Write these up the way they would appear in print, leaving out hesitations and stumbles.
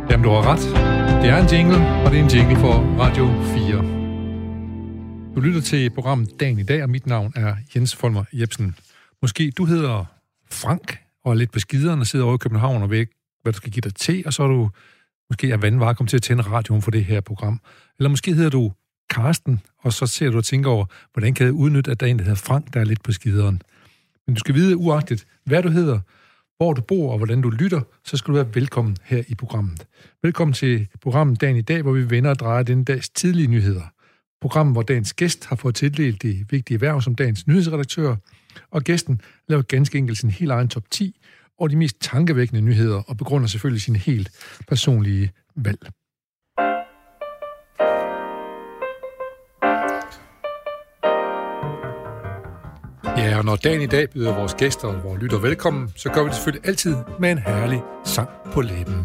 Jamen, du har ret. Det er en jingle, og det er en jingle for Radio 4. Du lytter til programmet Dagen i dag, og mit navn er Jens Folmer Jebsen. Måske du hedder Frank, og er lidt på skideren og sidder over i København og ved ikke, hvad du skal give dig til, og så er du måske af vandvare kommet til at tænde radioen for det her program. Eller måske hedder du Karsten, og så ser du og tænker over, hvordan kan jeg udnytte, at der er en, der hedder Frank, der er lidt på skideren. Men du skal vide, uagtet hvad du hedder, hvor du bor og hvordan du lytter, så skal du være velkommen her i programmet. Velkommen til programmet Dagen i dag, hvor vi vender og drejer den dags tidlige nyheder. Programmet, hvor dagens gæst har fået tildelt det vigtige værv som dagens nyhedsredaktør, og gæsten laver ganske enkelt sin helt egen top 10 og de mest tankevækkende nyheder, og begrunder selvfølgelig sin helt personlige valg. Ja, og når dagen i dag byder vores gæster og vores lytter velkommen, så gør vi det selvfølgelig altid med en herlig sang på læben.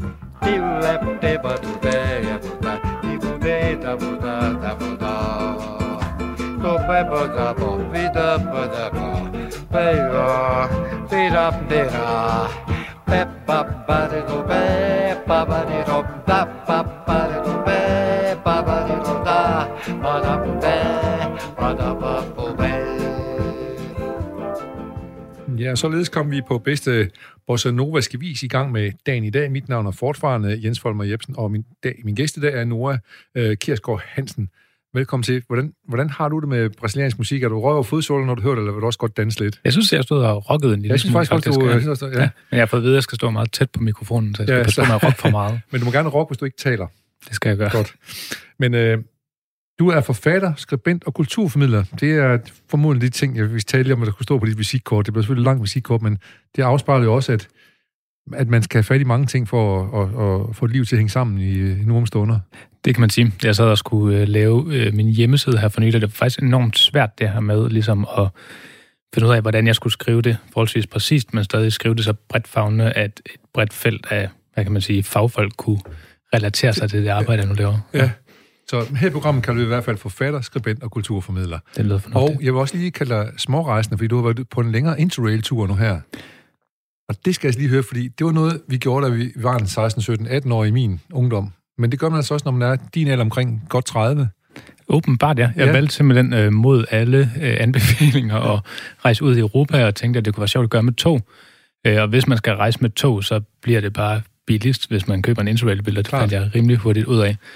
Ja, således kom vi på bedste bossa nova-ske vis i gang med dagen i dag. Mit navn er fortfarande Jens Folmer Jebsen, og min gæst i dag er Nora Kirsgaard Hansen. Velkommen til. Hvordan har du det med brasiliansk musik? Er du røg over fodsålen, når du hører det, eller vil du også godt danse lidt? Jeg synes, jeg stod og rockede en lille smule. Jeg synes faktisk, ja. Men jeg har fået at vide, at jeg skal stå meget tæt på mikrofonen, så jeg skal passe på mig at rocke for meget. Men du må gerne rocke, hvis du ikke taler. Det skal jeg gøre. Godt. Men du er forfatter, skribent og kulturformidler. Det er formodentlig de ting, jeg vil tale om, at der kunne stå på dit visitkort. Det bliver selvfølgelig langt visitkort, men det afspejler jo også, at man skal have fat i mange ting for at få et liv til at hænge sammen i nogle omstunder. Det kan man sige. Jeg sad og skulle lave min hjemmeside her for nylig. Det var faktisk enormt svært det her med ligesom at finde ud af, hvordan jeg skulle skrive det forholdsvis præcist, men stadig skrive det så bredt favnende, at et bredt felt af, hvad kan man sige, fagfolk kunne relatere sig til det arbejde, jeg nu laver. Ja. Så her i programmet kan du i hvert fald forfatter, skribent og kulturformidler. Det lyder fornuftigt. Og jeg vil også lige kalde dig smårejsende, fordi du har været på en længere interrail-tur nu her. Og det skal jeg lige høre, fordi det var noget, vi gjorde, da vi var en 16, 17, 18 år i min ungdom. Men det gør man altså også, når man er din alder omkring godt 30. Åbenbart, ja. Jeg valgte simpelthen mod alle anbefalinger at rejse ud i Europa, og tænkte, at det kunne være sjovt at gøre med tog. Og hvis man skal rejse med tog, så bliver det bare billigst, hvis man køber en interrail-billet. Det fandt jeg rimelig hurtigt ud af.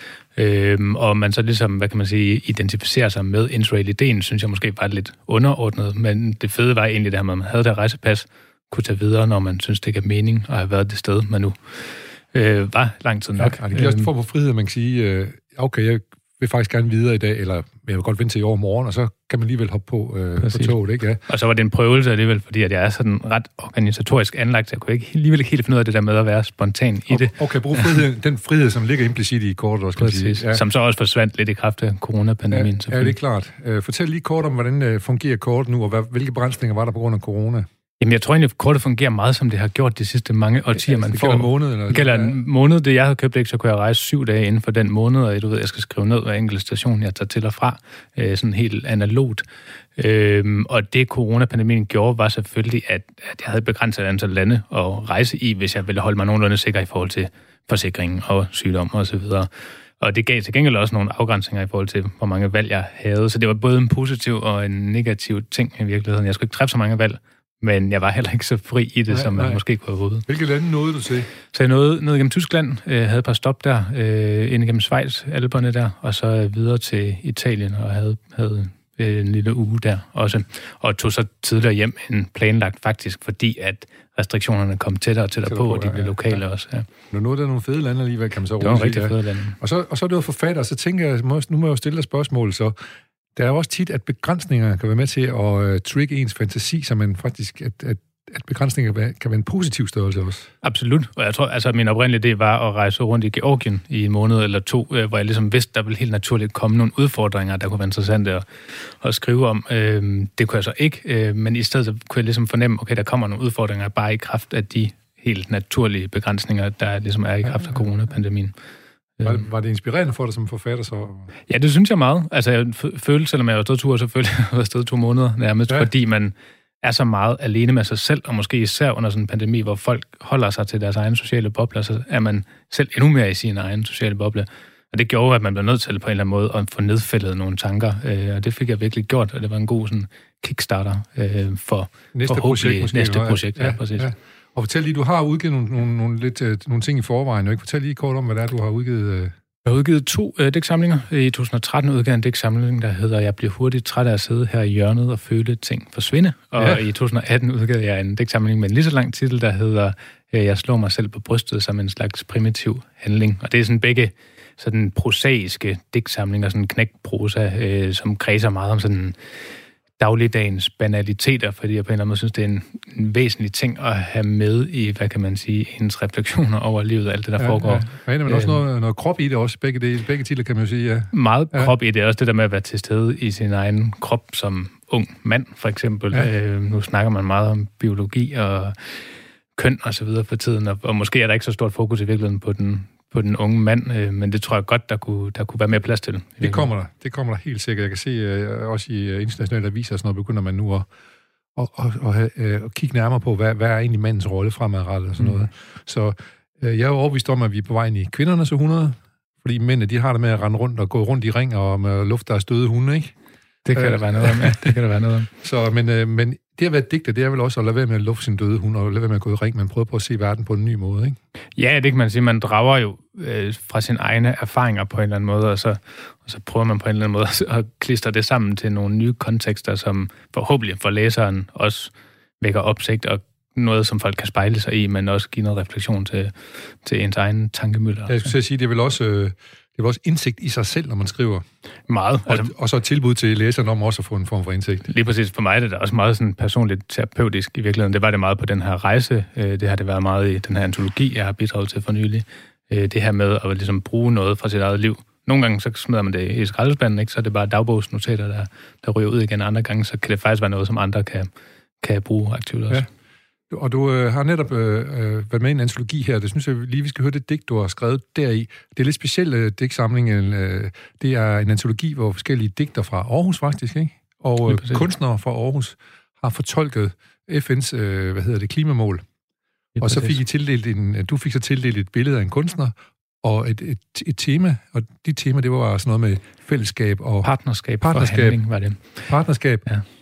Og man så ligesom, hvad kan man sige, identificerer sig med interrail-ideen, synes jeg måske var lidt underordnet, men det fede var egentlig det her, at man havde der rejsepas, kunne tage videre, når man synes, det gav mening at have været det sted, man nu var lang tid nok. Ja, det giver også en form for frihed, man kan sige, okay, jeg vil faktisk gerne videre i dag, eller jeg vil godt vente til i overmorgen, og så kan man alligevel hoppe på toget, ikke? Ja. Og så var det en prøvelse alligevel, fordi at jeg er sådan ret organisatorisk anlagt, så jeg kunne alligevel ikke helt finde ud af det der med at være spontan i det. Okay, brug friheden, den frihed, som ligger implicit i kortet også, kan man sige. Ja. Som så også forsvandt lidt i kraft af coronapandemien. Ja, det er klart. Fortæl lige kort om, hvordan fungerer kortet nu, og hvilke begrænsninger var der på grund af corona? Jamen, jeg tror egentlig, at kortet fungerer meget, som det har gjort de sidste mange årtier. Man får en måned? Eller? Det gælder en måned. Det jeg havde købt, ikke, så kunne jeg rejse 7 dage inden for den måned, og du ved, jeg skal skrive ned hver enkelt station, jeg tager til og fra. Sådan helt analogt. Og det coronapandemien gjorde, var selvfølgelig, at jeg havde begrænset antal lande at rejse i, hvis jeg ville holde mig nogenlunde sikker i forhold til forsikringen og sygdom og så videre. Og det gav til gengæld også nogle afgrænsninger i forhold til, hvor mange valg jeg havde. Så det var både en positiv og en negativ ting i virkeligheden. Jeg skulle ikke træffe så mange valg, men jeg var heller ikke så fri i det, som man måske kunne have håbet. Hvilke lande nåede du til? Så jeg nåede ned gennem Tyskland, havde et par stop der, ind gennem Schweiz, Alperne der, og så videre til Italien, og havde en lille uge der også. Og tog så tidligere hjem end planlagt faktisk, fordi at restriktionerne kom tættere og tættere på, og de blev lokale også. Ja. Nu er der nogle fede lande alligevel, kan man så roligt sige. Det var rigtig fede lande. Og så er det jo forfatter, så tænker jeg, nu må jeg jo stille dig spørgsmål, så der er jo også tit, at begrænsninger kan være med til at trigge ens fantasi, så man faktisk, at begrænsninger kan være en positiv størrelse også. Absolut, og jeg tror, altså min oprindelige idé var at rejse rundt i Georgien i en måned eller 2, hvor jeg ligesom vidste, der ville helt naturligt komme nogle udfordringer, der kunne være interessante at skrive om. Det kunne jeg så ikke, men i stedet så kunne jeg ligesom fornemme, okay, der kommer nogle udfordringer bare i kraft af de helt naturlige begrænsninger, der ligesom er i kraft af coronapandemien. Var det inspirerende for dig som forfatter så? Ja, det synes jeg meget. Altså jeg følte, selvom jeg var afsted 2 år, så følte jeg, at jeg var afsted 2 måneder nærmest, fordi man er så meget alene med sig selv, og måske især under sådan en pandemi, hvor folk holder sig til deres egne sociale bobler, så er man selv endnu mere i sin egen sociale boble. Og det gjorde, at man blev nødt til på en eller anden måde at få nedfældet nogle tanker, og det fik jeg virkelig gjort, og det var en god sådan kickstarter for næste projekt. Ja, præcis. Ja. Og fortæl lige, du har udgivet nogle ting i forvejen, og ikke? Fortæl lige kort om, hvad det er, du har udgivet. Jeg har udgivet 2 digtsamlinger. I 2013 udgav en digtsamling, der hedder Jeg bliver hurtigt træt af at sidde her i hjørnet og føle ting forsvinde. Og i 2018 udgav jeg en digtsamling med en lige så lang titel, der hedder Jeg slår mig selv på brystet som en slags primitiv handling. Og det er sådan begge sådan prosaiske digtsamlinger, sådan knækprosa, som kredser meget om sådan dagligdagens banaliteter, fordi jeg på en eller anden måde synes, det er en væsentlig ting at have med i, hvad kan man sige, ens refleksioner over livet og alt det, der foregår. Ja, men også noget krop i det også, begge titler kan man jo sige, ja. Meget krop i det, også det der med at være til stede i sin egen krop som ung mand, for eksempel. Ja. Nu snakker man meget om biologi og køn og så videre for tiden, og måske er der ikke så stort fokus i virkeligheden på den unge mand, men det tror jeg godt, der kunne være mere plads til. Det kommer der helt sikkert. Jeg kan se også i internationale aviser og sådan noget, begynder man nu at kigge nærmere på, hvad er egentlig mandens rolle fremadrettet og sådan noget. Så jeg er jo overbevist om, at vi er på vej ind i kvindernes århundrede, fordi mændene, de har det med at rende rundt og gå rundt i ring og med luft, der er støde hunde, ikke? Det kan der være noget om, ja. Det kan der være noget om. Så, men det at være digter, det er vel også at lade være med at lufte sin døde hund, og lade være med at gå i ring, men prøve på at se verden på en ny måde, ikke? Ja, det kan man sige. Man drager jo fra sine egne erfaringer på en eller anden måde, og så prøver man på en eller anden måde at klistre det sammen til nogle nye kontekster, som forhåbentlig for læseren også vækker opsigt, og noget, som folk kan spejle sig i, men også give noget refleksion til ens egen tankemøller. Jeg skulle sige, det er vel også indsigt i sig selv, når man skriver. Meget. Og så et tilbud til læseren om også at få en form for indsigt. Lige præcis. For mig er det også meget sådan personligt terapeutisk i virkeligheden. Det var det meget på den her rejse. Det har det været meget i den her antologi, jeg har bidraget til for nylig. Det her med at ligesom bruge noget fra sit eget liv. Nogle gange så smider man det i skraldespanden, ikke? Så er det bare dagbogsnotater, der ryger ud igen. Andre gange så kan det faktisk være noget, som andre kan bruge aktivt også. Ja. Og du har netop været med i en antologi her. Det synes jeg lige, vi skal høre det digt, du har skrevet deri. Det er lidt specielt digtsamling. Det er en antologi, hvor forskellige digter fra Aarhus faktisk, ikke? Og kunstnere fra Aarhus har fortolket FN's klimamål. Og så fik du fik så tildelt et billede af en kunstner og et tema. Og det tema, det var sådan noget med fællesskab og partnerskab for handling, var det. Partnerskab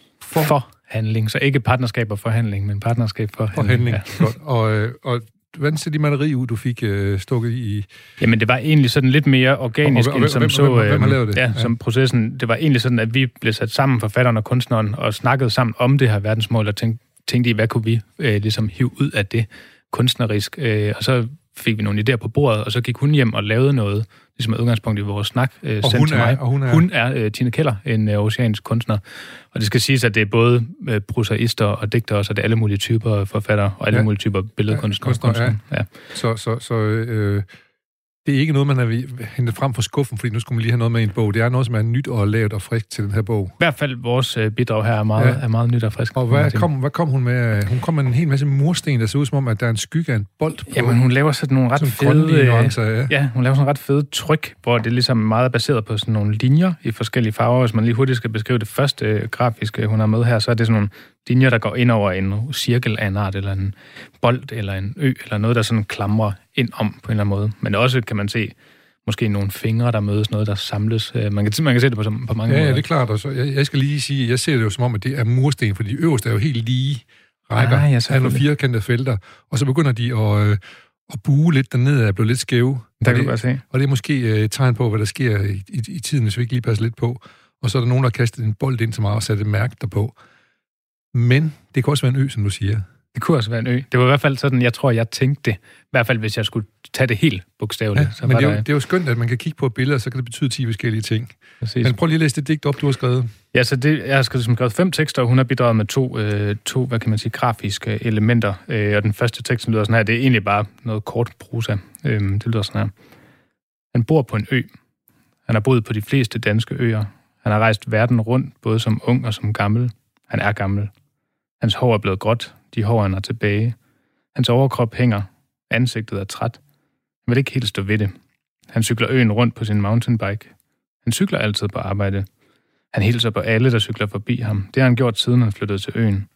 for handling. Så ikke partnerskab og forhandling, men partnerskab for handling. Ja. Godt. Og hvordan ser de maleri ud, du fik stukket i? Jamen, det var egentlig sådan lidt mere organisk, hvem har lavet det? Ja, som processen. Det var egentlig sådan, at vi blev sat sammen, forfatteren og kunstneren, og snakkede sammen om det her verdensmål, og tænkte i, hvad kunne vi ligesom hive ud af det kunstnerisk. Og så fik vi nogle idéer på bordet, og så gik hun hjem og lavede noget, ligesom med udgangspunkt i vores snak, sendt til mig. Hun er Tine Keller, en oceansk kunstner. Og det skal siges, at det er både prosaister og digtere, så det er alle mulige typer forfattere, og alle mulige typer billedkunstnere. Ja. Så det er ikke noget, man har hentet frem fra skuffen, fordi nu skulle man lige have noget med i en bog. Det er noget, som er nyt og lavet og frisk til den her bog. I hvert fald vores bidrag her er meget nyt og frisk. Og hvad kom hun med? Hun kom med en hel masse mursten, der ser ud som om, at der er en skygge af en bold på. Jamen, hun laver sådan nogle ret fede nuancer, ja, hun laver sådan ret fede tryk, hvor det ligesom er meget baseret på sådan nogle linjer i forskellige farver. Hvis man lige hurtigt skal beskrive det første grafiske, hun har med her, så er det sådan nogle linjer, der går ind over en cirkel af en art, eller en bold, eller en ø, eller noget, der sådan klamrer ind om på en eller anden måde. Men også kan man se måske nogle fingre, der mødes, noget, der samles. Man kan se det på mange måder. Ja, det er klart. Og så, jeg skal lige sige, jeg ser det jo som om, at det er mursten, for de øverste er jo helt lige rækker af nogle firkantede felter, og så begynder de at buge lidt dernede, er blevet lidt skæve. Der kan du bare se. Og det er måske et tegn på, hvad der sker i tiden, hvis vi ikke lige passer lidt på. Og så er der nogen, der har kastet en bold ind til mig og sat et mærke derpå. Men det kan også være en ø, som du siger. Det kunne også være en ø. Det var i hvert fald sådan, jeg tror, jeg tænkte det. I hvert fald, hvis jeg skulle tage det helt bogstaveligt. Ja, så men det er jo skønt, at man kan kigge på et billede, så kan det betyde 10 forskellige ting. Præcis. Men prøv lige at læse det digt op, du har skrevet. Ja, så jeg har skrevet 5 tekster, og hun har bidraget med to hvad kan man sige, grafiske elementer. Og den første tekst lyder sådan her, det er egentlig bare noget kort prosa. Det lyder sådan her. Han bor på en ø. Han har boet på de fleste danske øer. Han har rejst verden rundt, både som ung og som gammel. Han er gammel. Hans hår er blevet gråt. De hår er tilbage. Hans overkrop hænger. Ansigtet er træt. Han vil ikke helt stå ved det. Han cykler øen rundt på sin mountainbike. Han cykler altid på arbejde. Han hilser på alle, der cykler forbi ham. Det har han gjort, siden han flyttede til øen.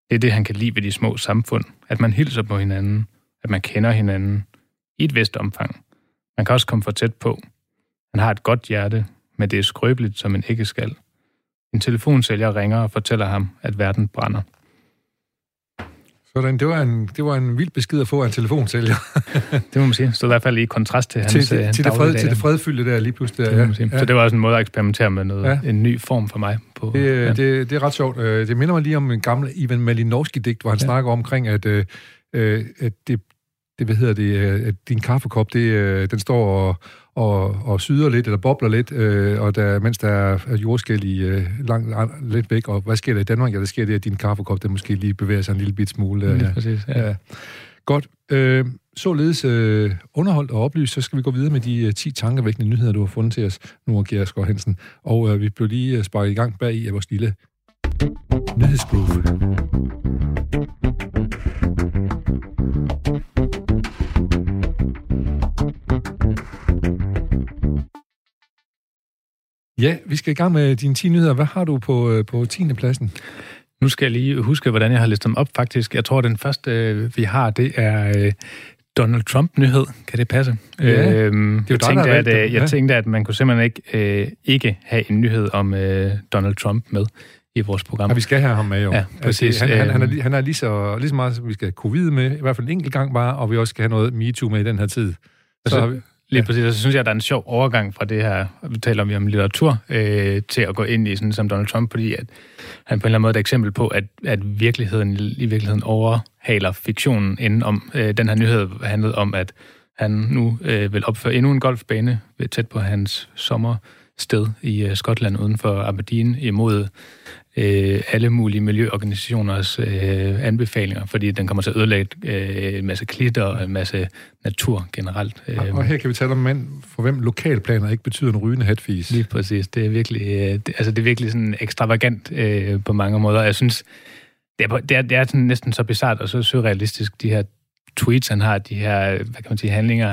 Det er det, han kan lide ved de små samfund. At man hilser på hinanden, at man kender hinanden i et vist omfang. Man kan også komme for tæt på. Han har et godt hjerte, men det er skrøbeligt som en æggeskal. En telefonsælger ringer og fortæller ham, at verden brænder. Sådan, det var en vild besked at få af en telefonsælger. Det må man sige. Så i hvert fald i kontrast til hans dagligdag. Til det fredfyldte der lige pludselig. Ja. Så det var også en måde at eksperimentere med noget, en ny form for mig. Det er ret sjovt. Det minder mig lige om en gammel Ivan Malinovski-digt, hvor han snakker omkring, at at din kaffekop, den står og syder lidt, eller bobler lidt, og mens der er jordskæl i lidt væk, og hvad sker der i Danmark? Ja, der sker det, at din kaffekop, den måske lige bevæger sig en lille bit smule. Præcis, ja. Godt. Således underholdt og oplyst, så skal vi gå videre med de 10 tankevækkende nyheder, du har fundet til os nu, Geir Skov Hansen. Og vi blev lige sparket i gang bag i vores lille nyhedsgroove. Ja, vi skal i gang med dine 10 nyheder. Hvad har du på 10. pladsen? Nu skal jeg lige huske, hvordan jeg har listet dem op, faktisk. Jeg tror, den første, vi har, det er Donald Trump-nyhed. Kan det passe? Ja, jeg tænkte, at man kunne simpelthen ikke have en nyhed om Donald Trump med i vores program. Ja, vi skal have ham med, jo. Ja, præcis. Han er lige så meget, som vi skal have covid med, i hvert fald en enkelt gang bare, og vi også skal have noget MeToo med i den her tid. Lige præcis, så synes jeg, at der er en sjov overgang fra det her, vi taler om litteratur, til at gå ind i sådan som Donald Trump, fordi at han på en eller anden måde er et eksempel på, at virkeligheden i virkeligheden overhaler fiktionen indenom. Den her nyhed handlede om, at han nu vil opføre endnu en golfbane tæt på hans sommersted i Skotland uden for Aberdeen imod alle mulige miljøorganisationers anbefalinger, fordi den kommer til at ødelægge en masse klitter og en masse natur generelt. Og her kan vi tale om mænd, for hvem lokalplaner ikke betyder en rygende hatfis. Lige præcis. Det er virkelig sådan ekstravagant på mange måder. Jeg synes, det er sådan næsten så bizart og så surrealistisk, de her tweets, han har, de her, hvad kan man sige, handlinger,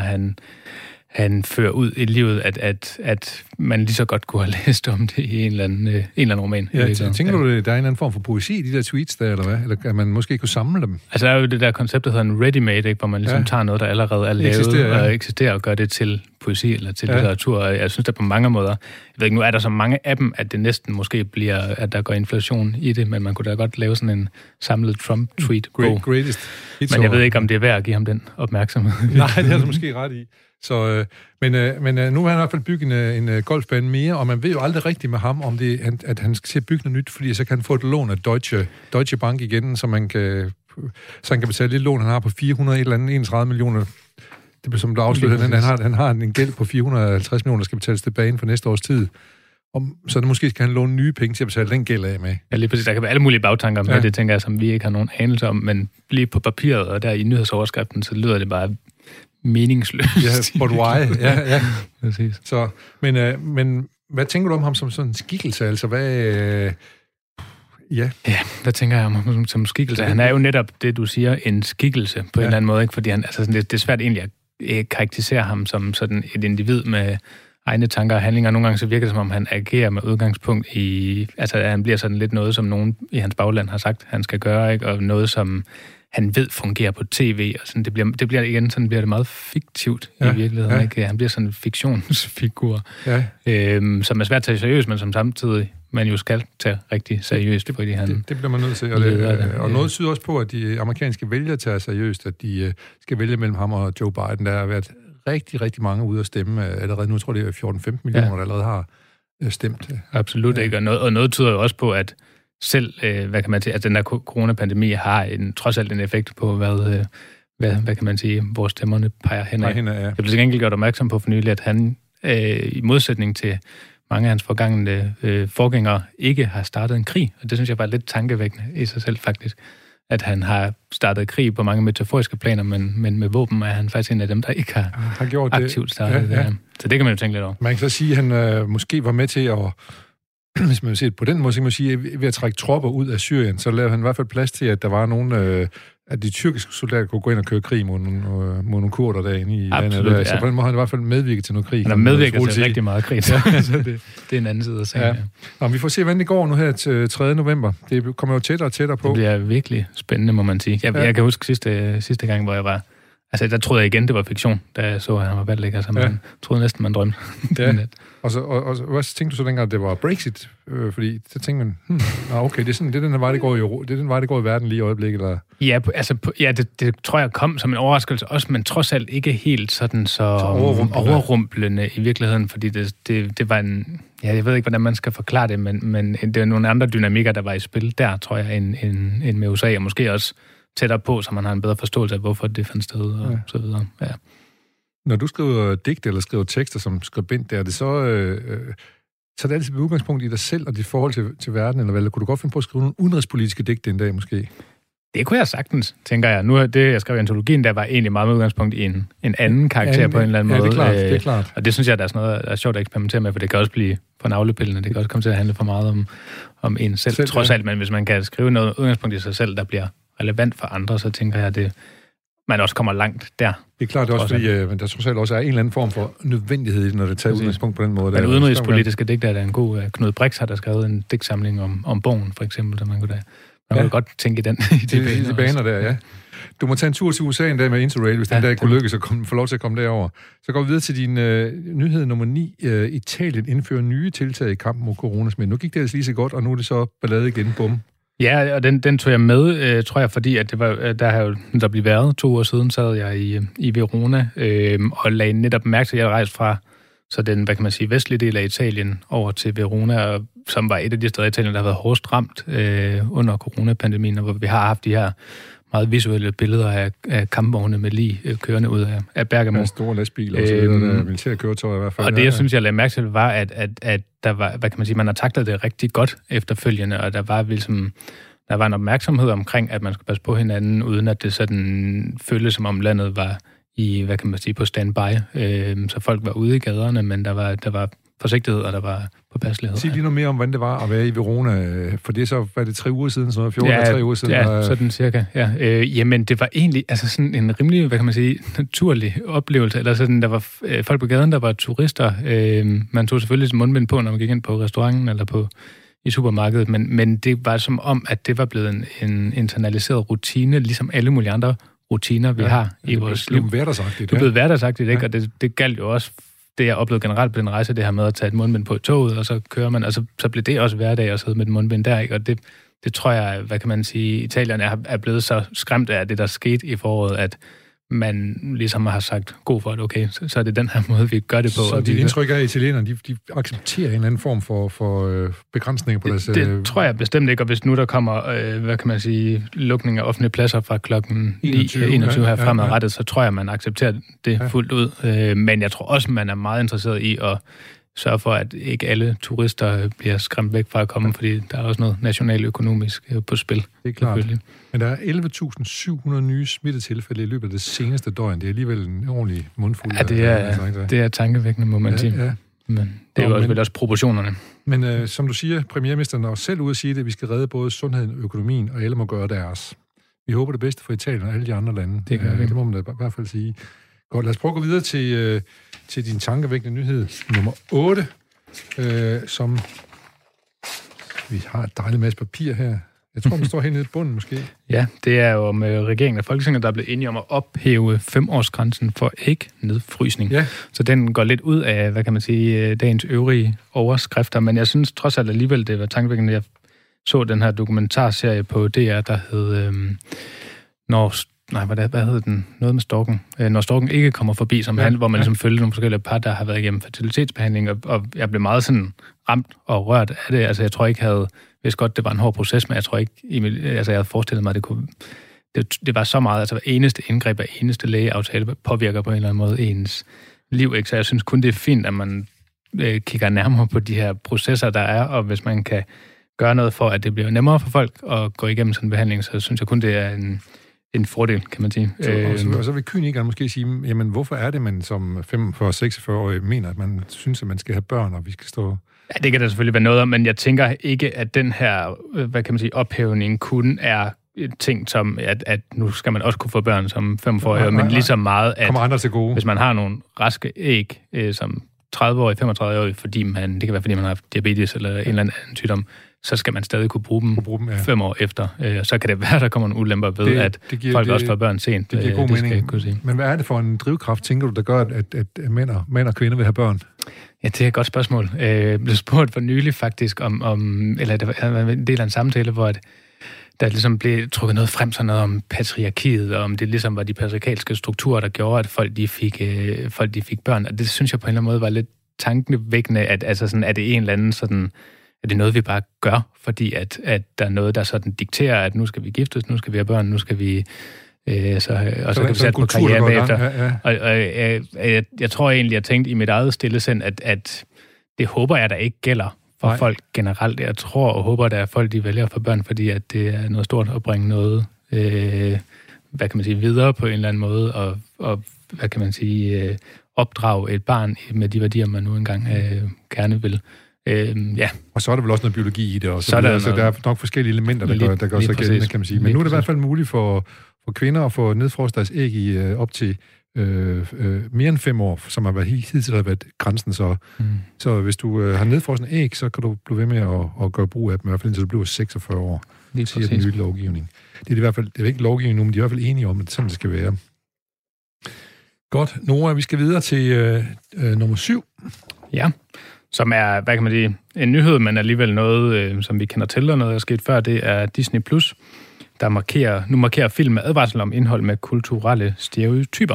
han fører ud i livet, at man lige så godt kunne have læst om det i en eller anden roman. Ja, tænker du, der er en eller anden form for poesi i de der tweets der, eller hvad? Eller kan man måske kunne samle dem? Altså, der er jo det der koncept, der hedder en ready-made, ikke? Hvor man ligesom tager noget, der allerede er lavet og eksisterer, og gør det til poesi eller til litteratur. Og jeg synes, der på mange måder, jeg ved ikke, nu er der så mange af dem, at det næsten måske bliver, at der går inflation i det, men man kunne da godt lave sådan en samlet Trump-tweet-bog. Greatest. Men jeg ved ikke, om det er værd at give ham den opmærksomhed. Nej, det er du måske ret i. Så, men nu har han i hvert fald bygget en golfbane mere, og man ved jo aldrig rigtigt med ham, om det, at han skal til at bygge noget nyt, fordi så kan han få et lån af Deutsche Bank igen, så han kan betale det lån, han har på 431 millioner. Det bliver som der afslører, han har en gæld på 450 millioner, der skal betales tilbage for næste års tid. Så måske skal han låne nye penge til at betale den gæld af med. Ja, lige præcis. Der kan være alle mulige bagtanker med det, tænker jeg, som vi ikke har nogen anelse om, men lige på papiret og der i nyhedsoverskriften, så lyder det bare meningsløst. Ja, but why? Ja. Præcis. Så, men hvad tænker du om ham som sådan en skikkelse? Altså, hvad... Ja, hvad tænker jeg om ham som skikkelse? Han er jo netop det, du siger, en skikkelse på en eller anden måde, ikke? Fordi han, altså, det er svært egentlig at karakterisere ham som sådan et individ med egne tanker og handlinger. Nogle gange så virker det, som om han agerer med udgangspunkt i... Altså, han bliver sådan lidt noget, som nogen i hans bagland har sagt, han skal gøre, ikke? Og noget, som han ved fungerer på tv, og sådan, det bliver igen sådan bliver det meget fiktivt i virkeligheden. Ikke? Han bliver sådan en fiktionsfigur, som er svært at tage seriøst, men som samtidig man jo skal tage rigtig seriøst, fordi han... Det bliver man nødt til, og noget tyder også på, at de amerikanske vælgere tager seriøst, at de skal vælge mellem ham og Joe Biden. Der har været rigtig, rigtig mange ude at stemme allerede nu. Jeg tror, det er 14-15 millioner, der allerede har stemt. Absolut ikke, og noget tyder jo også på, at selv, hvad kan man sige, at den der coronapandemi har trods alt en effekt på, hvad kan man sige, hvor stemmerne peger henad. Jeg blev til gengæld gjort opmærksom på for nylig, at han, i modsætning til mange af hans forgængere, ikke har startet en krig. Og det synes jeg var lidt tankevækkende i sig selv, faktisk. At han har startet krig på mange metaforiske planer, men med våben er han faktisk en af dem, der ikke har gjort aktivt startet det. Så det kan man jo tænke lidt over. Man kan så sige, at han måske var med til at... Hvis man vil se det på den måde, så kan man sige, at ved at trække tropper ud af Syrien, så lavede han i hvert fald plads til, at der var nogle at de tyrkiske soldater kunne gå ind og køre krig mod nogle kurder derinde i Absolut, landet. Så på den måde har han i hvert fald medvirket til noget krig. Han har medvirket til rigtig meget krig. Ja, altså det er en anden side af sagen. Ja. Vi får se, hvordan det går nu her til 3. november. Det kommer jo tættere og tættere på. Det bliver virkelig spændende, må man sige. Jeg kan huske sidste gang, hvor jeg var... Altså, der troede jeg igen, det var fiktion, da jeg så, at han var valgt. Altså, man troede næsten, man drømte. Ja. Og hvad tænkte du så dengang, at det var Brexit? Fordi så tænkte man, okay, det er den vej, det går i verden lige i øjeblikket, eller? Ja, det tror jeg kom som en overraskelse også, men trods alt ikke helt sådan så overrumplende i virkeligheden, fordi det var en... Ja, jeg ved ikke, hvordan man skal forklare det, men det er nogle andre dynamikker, der var i spil der, tror jeg, end med USA, og måske også tættere på, så man har en bedre forståelse af, hvorfor det fandt sted, og så videre. Ja. Når du skriver digte eller skriver tekster som skribent, der er det så er det altid med udgangspunkt i dig selv og dit forhold til verden, eller hvad? Eller kunne du godt finde på at skrive nogle udenrigspolitiske digte en dag, måske? Det kunne jeg sagtens, tænker jeg. Nu det, jeg skrev i antologien, der var egentlig meget med udgangspunkt i en anden karakter på en eller anden måde. Det er klart. Og det synes jeg, der er sådan noget, der er sjovt at eksperimentere med, for det kan også blive for navlepillende. Det kan også komme til at handle for meget om en selv trods alt, men hvis man kan skrive noget udgangspunkt i sig selv, der bliver relevant for andre, så tænker jeg, at man også kommer langt der. Det er klart, det er også fordi, der trods alt også er en eller anden form for nødvendighed, når det tager udgangspunkt på den måde. Men udenrigspolitiske digter er der en god... Knud Brix har der skrevet en digtsamling om bogen, for eksempel, så man kunne godt tænke i den. De baner der, ja. Du må tage en tur til USA en dag med Interrail, hvis den dag kunne lykkes at få lov til at komme derover. Så går vi videre til din nyhed nummer 9. Italien indfører nye tiltag i kampen mod coronasmitte. Nu gik det altså lige så godt, og nu er det så ballade igen. Bum. Ja, og den tog jeg med, tror jeg, fordi at det var, der blev været 2 år siden, sad jeg i Verona og lagde netop mærke til, at jeg rejste fra så den, hvad kan man sige, vestlige del af Italien over til Verona, som var et af de steder i Italien, der har været hårdest ramt under coronapandemien, og hvor vi har haft de her meget visuelle billeder af kampvogne med lig kørende ud af Bergamo. Ja, store lastbiler og så videre, militære køretøjer i hvert fald. Og det, jeg synes, jeg lagde mærke til, var, at der var, hvad kan man sige, man har taklet det rigtig godt efterfølgende, og der var en opmærksomhed omkring, at man skulle passe på hinanden, uden at det sådan føltes, som om landet var i, hvad kan man sige, på standby. Så folk var ude i gaderne, men der var forsigtighed, og der var påpasselighed. Sig lige noget mere om, hvordan det var at være i Verona, for det så var det 3 uger siden, så 3 uger siden. Ja, sådan cirka. Ja. Jamen, det var egentlig altså sådan en rimelig, hvad kan man sige, naturlig oplevelse, eller sådan, der var folk på gaden, der var turister. Man tog selvfølgelig mundbind på, når man gik ind på restauranten, eller i supermarkedet, men det var som om, at det var blevet en internaliseret rutine, ligesom alle mulige andre rutiner, vi har i vores liv. Det blev hverdagsagtigt. Det blev hverdagsagtigt, ikke? Og det galt jo også det, jeg oplevede generelt på den rejse, det her med at tage et mundbind på toget, og så kører man, og så blev det også hverdag at sidde med et mundbind der, ikke? Og det tror jeg, hvad kan man sige, italienerne er blevet så skræmt af det, der skete i foråret, at man ligesom har sagt, god for det, okay, så er det den her måde, vi gør det på. Så dit indtryk er, at italienerne, de accepterer en eller anden form for begrænsninger på deres... Det tror jeg bestemt ikke, og hvis nu der kommer, hvad kan man sige, lukning af offentlige pladser fra klokken 21 her fremadrettet, så tror jeg, man accepterer det fuldt ud. Men jeg tror også, man er meget interesseret i at sørge for, at ikke alle turister bliver skræmt væk fra at komme, fordi der er også noget nationaløkonomisk på spil. Det er klart. Men der er 11.700 nye smittetilfælde i løbet af det seneste døgn. Det er alligevel en ordentlig mundfuld. Ja, det er tankevækkende, må man sige. Ja. Men det er jo også proportionerne. Men som du siger, premierministeren er også selv ude at sige det, at vi skal redde både sundheden og økonomien, og alle må gøre deres. Vi håber det bedste for Italien og alle de andre lande. Det må man da i hvert fald sige. Godt, lad os prøve at gå videre til din tankevækkende nyhed nummer 8, som vi har et dejligt masse papir her. Jeg tror, den står helt nede i bunden, måske. Ja, det er jo om regeringen og Folketinget, der er blevet enige om at ophæve 5-årsgrænsen for ægnedfrysning. Ja. Så den går lidt ud af, hvad kan man sige, dagens øvrige overskrifter, men jeg synes trods alt alligevel, det var tankevækkende. Jeg så den her dokumentarserie på DR, der hed hvad hed den? Noget med storken. Når storken ikke kommer forbi, som hvor man ligesom følger nogle forskellige par, der har været igennem fertilitetsbehandling, og jeg blev meget sådan ramt og rørt af det. Altså, jeg tror ikke, jeg vidste godt, det var en hård proces, men jeg tror ikke, jeg havde forestillet mig, at det var så meget, altså hver eneste indgreb, hver eneste lægeaftale påvirker på en eller anden måde ens liv, ikke? Så jeg synes kun, det er fint, at man kigger nærmere på de her processer, der er, og hvis man kan gøre noget for, at det bliver nemmere for folk at gå igennem sådan en behandling, så synes jeg kun, det er en fordel, kan man sige. Og så vil kynikeren måske sige, jamen hvorfor er det, man som 45-46-årig mener, at man synes, at man skal have børn, og vi skal stå... Ja, det kan der selvfølgelig være noget om, men jeg tænker ikke, at den her, hvad kan man sige, ophævning kun er ting som, at nu skal man også kunne få børn som 45 men lige så meget, at kommer andre til gode. Hvis man har nogle raske æg, som 30-årig, 35-årig, det kan være, fordi man har diabetes eller en eller anden sygdom, så skal man stadig kunne bruge dem 5 år efter. Så kan det være, der kommer nogle ulemper ved, at folk også får børn sent. Det giver god mening. Men hvad er det for en drivkraft, tænker du, der gør, at mænd og kvinder vil have børn? Ja, det er et godt spørgsmål. Jeg blev spurgt for nylig faktisk eller det var en del af en samtale, hvor der ligesom blev trukket noget frem, sådan noget om patriarkiet, og om det ligesom var de patriarkalske strukturer, der gjorde, at folk de fik børn. Og det synes jeg på en eller anden måde var lidt tankevækkende, at altså sådan, er det en eller anden sådan, er det noget, vi bare gør, fordi at der er noget, der sådan dikterer, at nu skal vi giftes, nu skal vi have børn, nu skal vi så kan vi sætte på karriere bagefter. Og jeg tror egentlig, jeg tænkte i mit eget stille sind, at det håber jeg, der ikke gælder for folk generelt. Jeg tror og håber, der er folk, de vælger at få børn, fordi at det er noget stort at bringe noget, hvad kan man sige, videre på en eller anden måde, og hvad kan man sige, opdrage et barn med de værdier, man nu engang gerne vil. Og så er der vel også noget biologi i det også. Så der er nok forskellige elementer, der gør sig gældende, kan man sige. Men nu er det i hvert fald muligt for kvinder at få nedfrosset deres æg i op til mere end 5 år, som har været hidtil har været grænsen. Så hvis du har nedfrosset æg, så kan du blive ved med at gøre brug af dem, i hvert fald indtil du bliver 46 år. Det siger den nye lovgivning. Det er i hvert fald, det er ikke lovgivning nu, men de er i hvert fald enige om, at sådan det skal være. Godt. Nora, vi skal videre til nummer 7. Ja, som er, hvad kan man sige, en nyhed, men alligevel noget, som vi kender til, og noget, der er sket før, det er Disney+, der markerer film med advarsel om indhold med kulturelle stereotyper.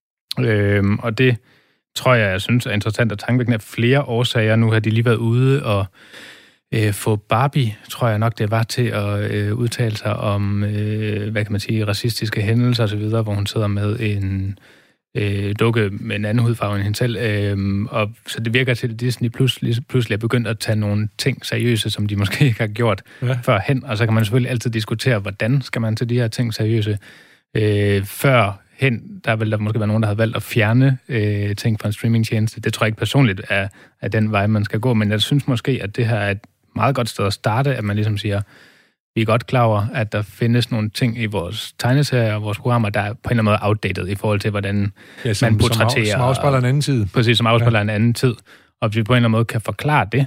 Og det tror jeg synes er interessant at tankevækkende af flere årsager. Nu har de lige været ude og få Barbie, tror jeg nok det var, til at udtale sig om, hvad kan man sige, racistiske hændelser osv., hvor hun sidder med en dukke med en anden hudfarve end hende selv. Og så det virker til, at Disney pludselig er begyndt at tage nogle ting seriøse, som de måske ikke har gjort førhen. Og så kan man selvfølgelig altid diskutere, hvordan skal man tage de her ting seriøse. Førhen, der vil der måske være nogen, der havde valgt at fjerne ting fra en streamingtjeneste. Det tror jeg ikke personligt er den vej, man skal gå. Men jeg synes måske, at det her er et meget godt sted at starte, at man ligesom siger, vi er godt klar over, at der findes nogle ting i vores tegneserier og vores programmer, der er på en eller anden måde outdated i forhold til, hvordan man portrætterer. Som afspejler en anden tid. Præcis, som afspejler en anden tid. Og hvis vi på en eller anden måde kan forklare det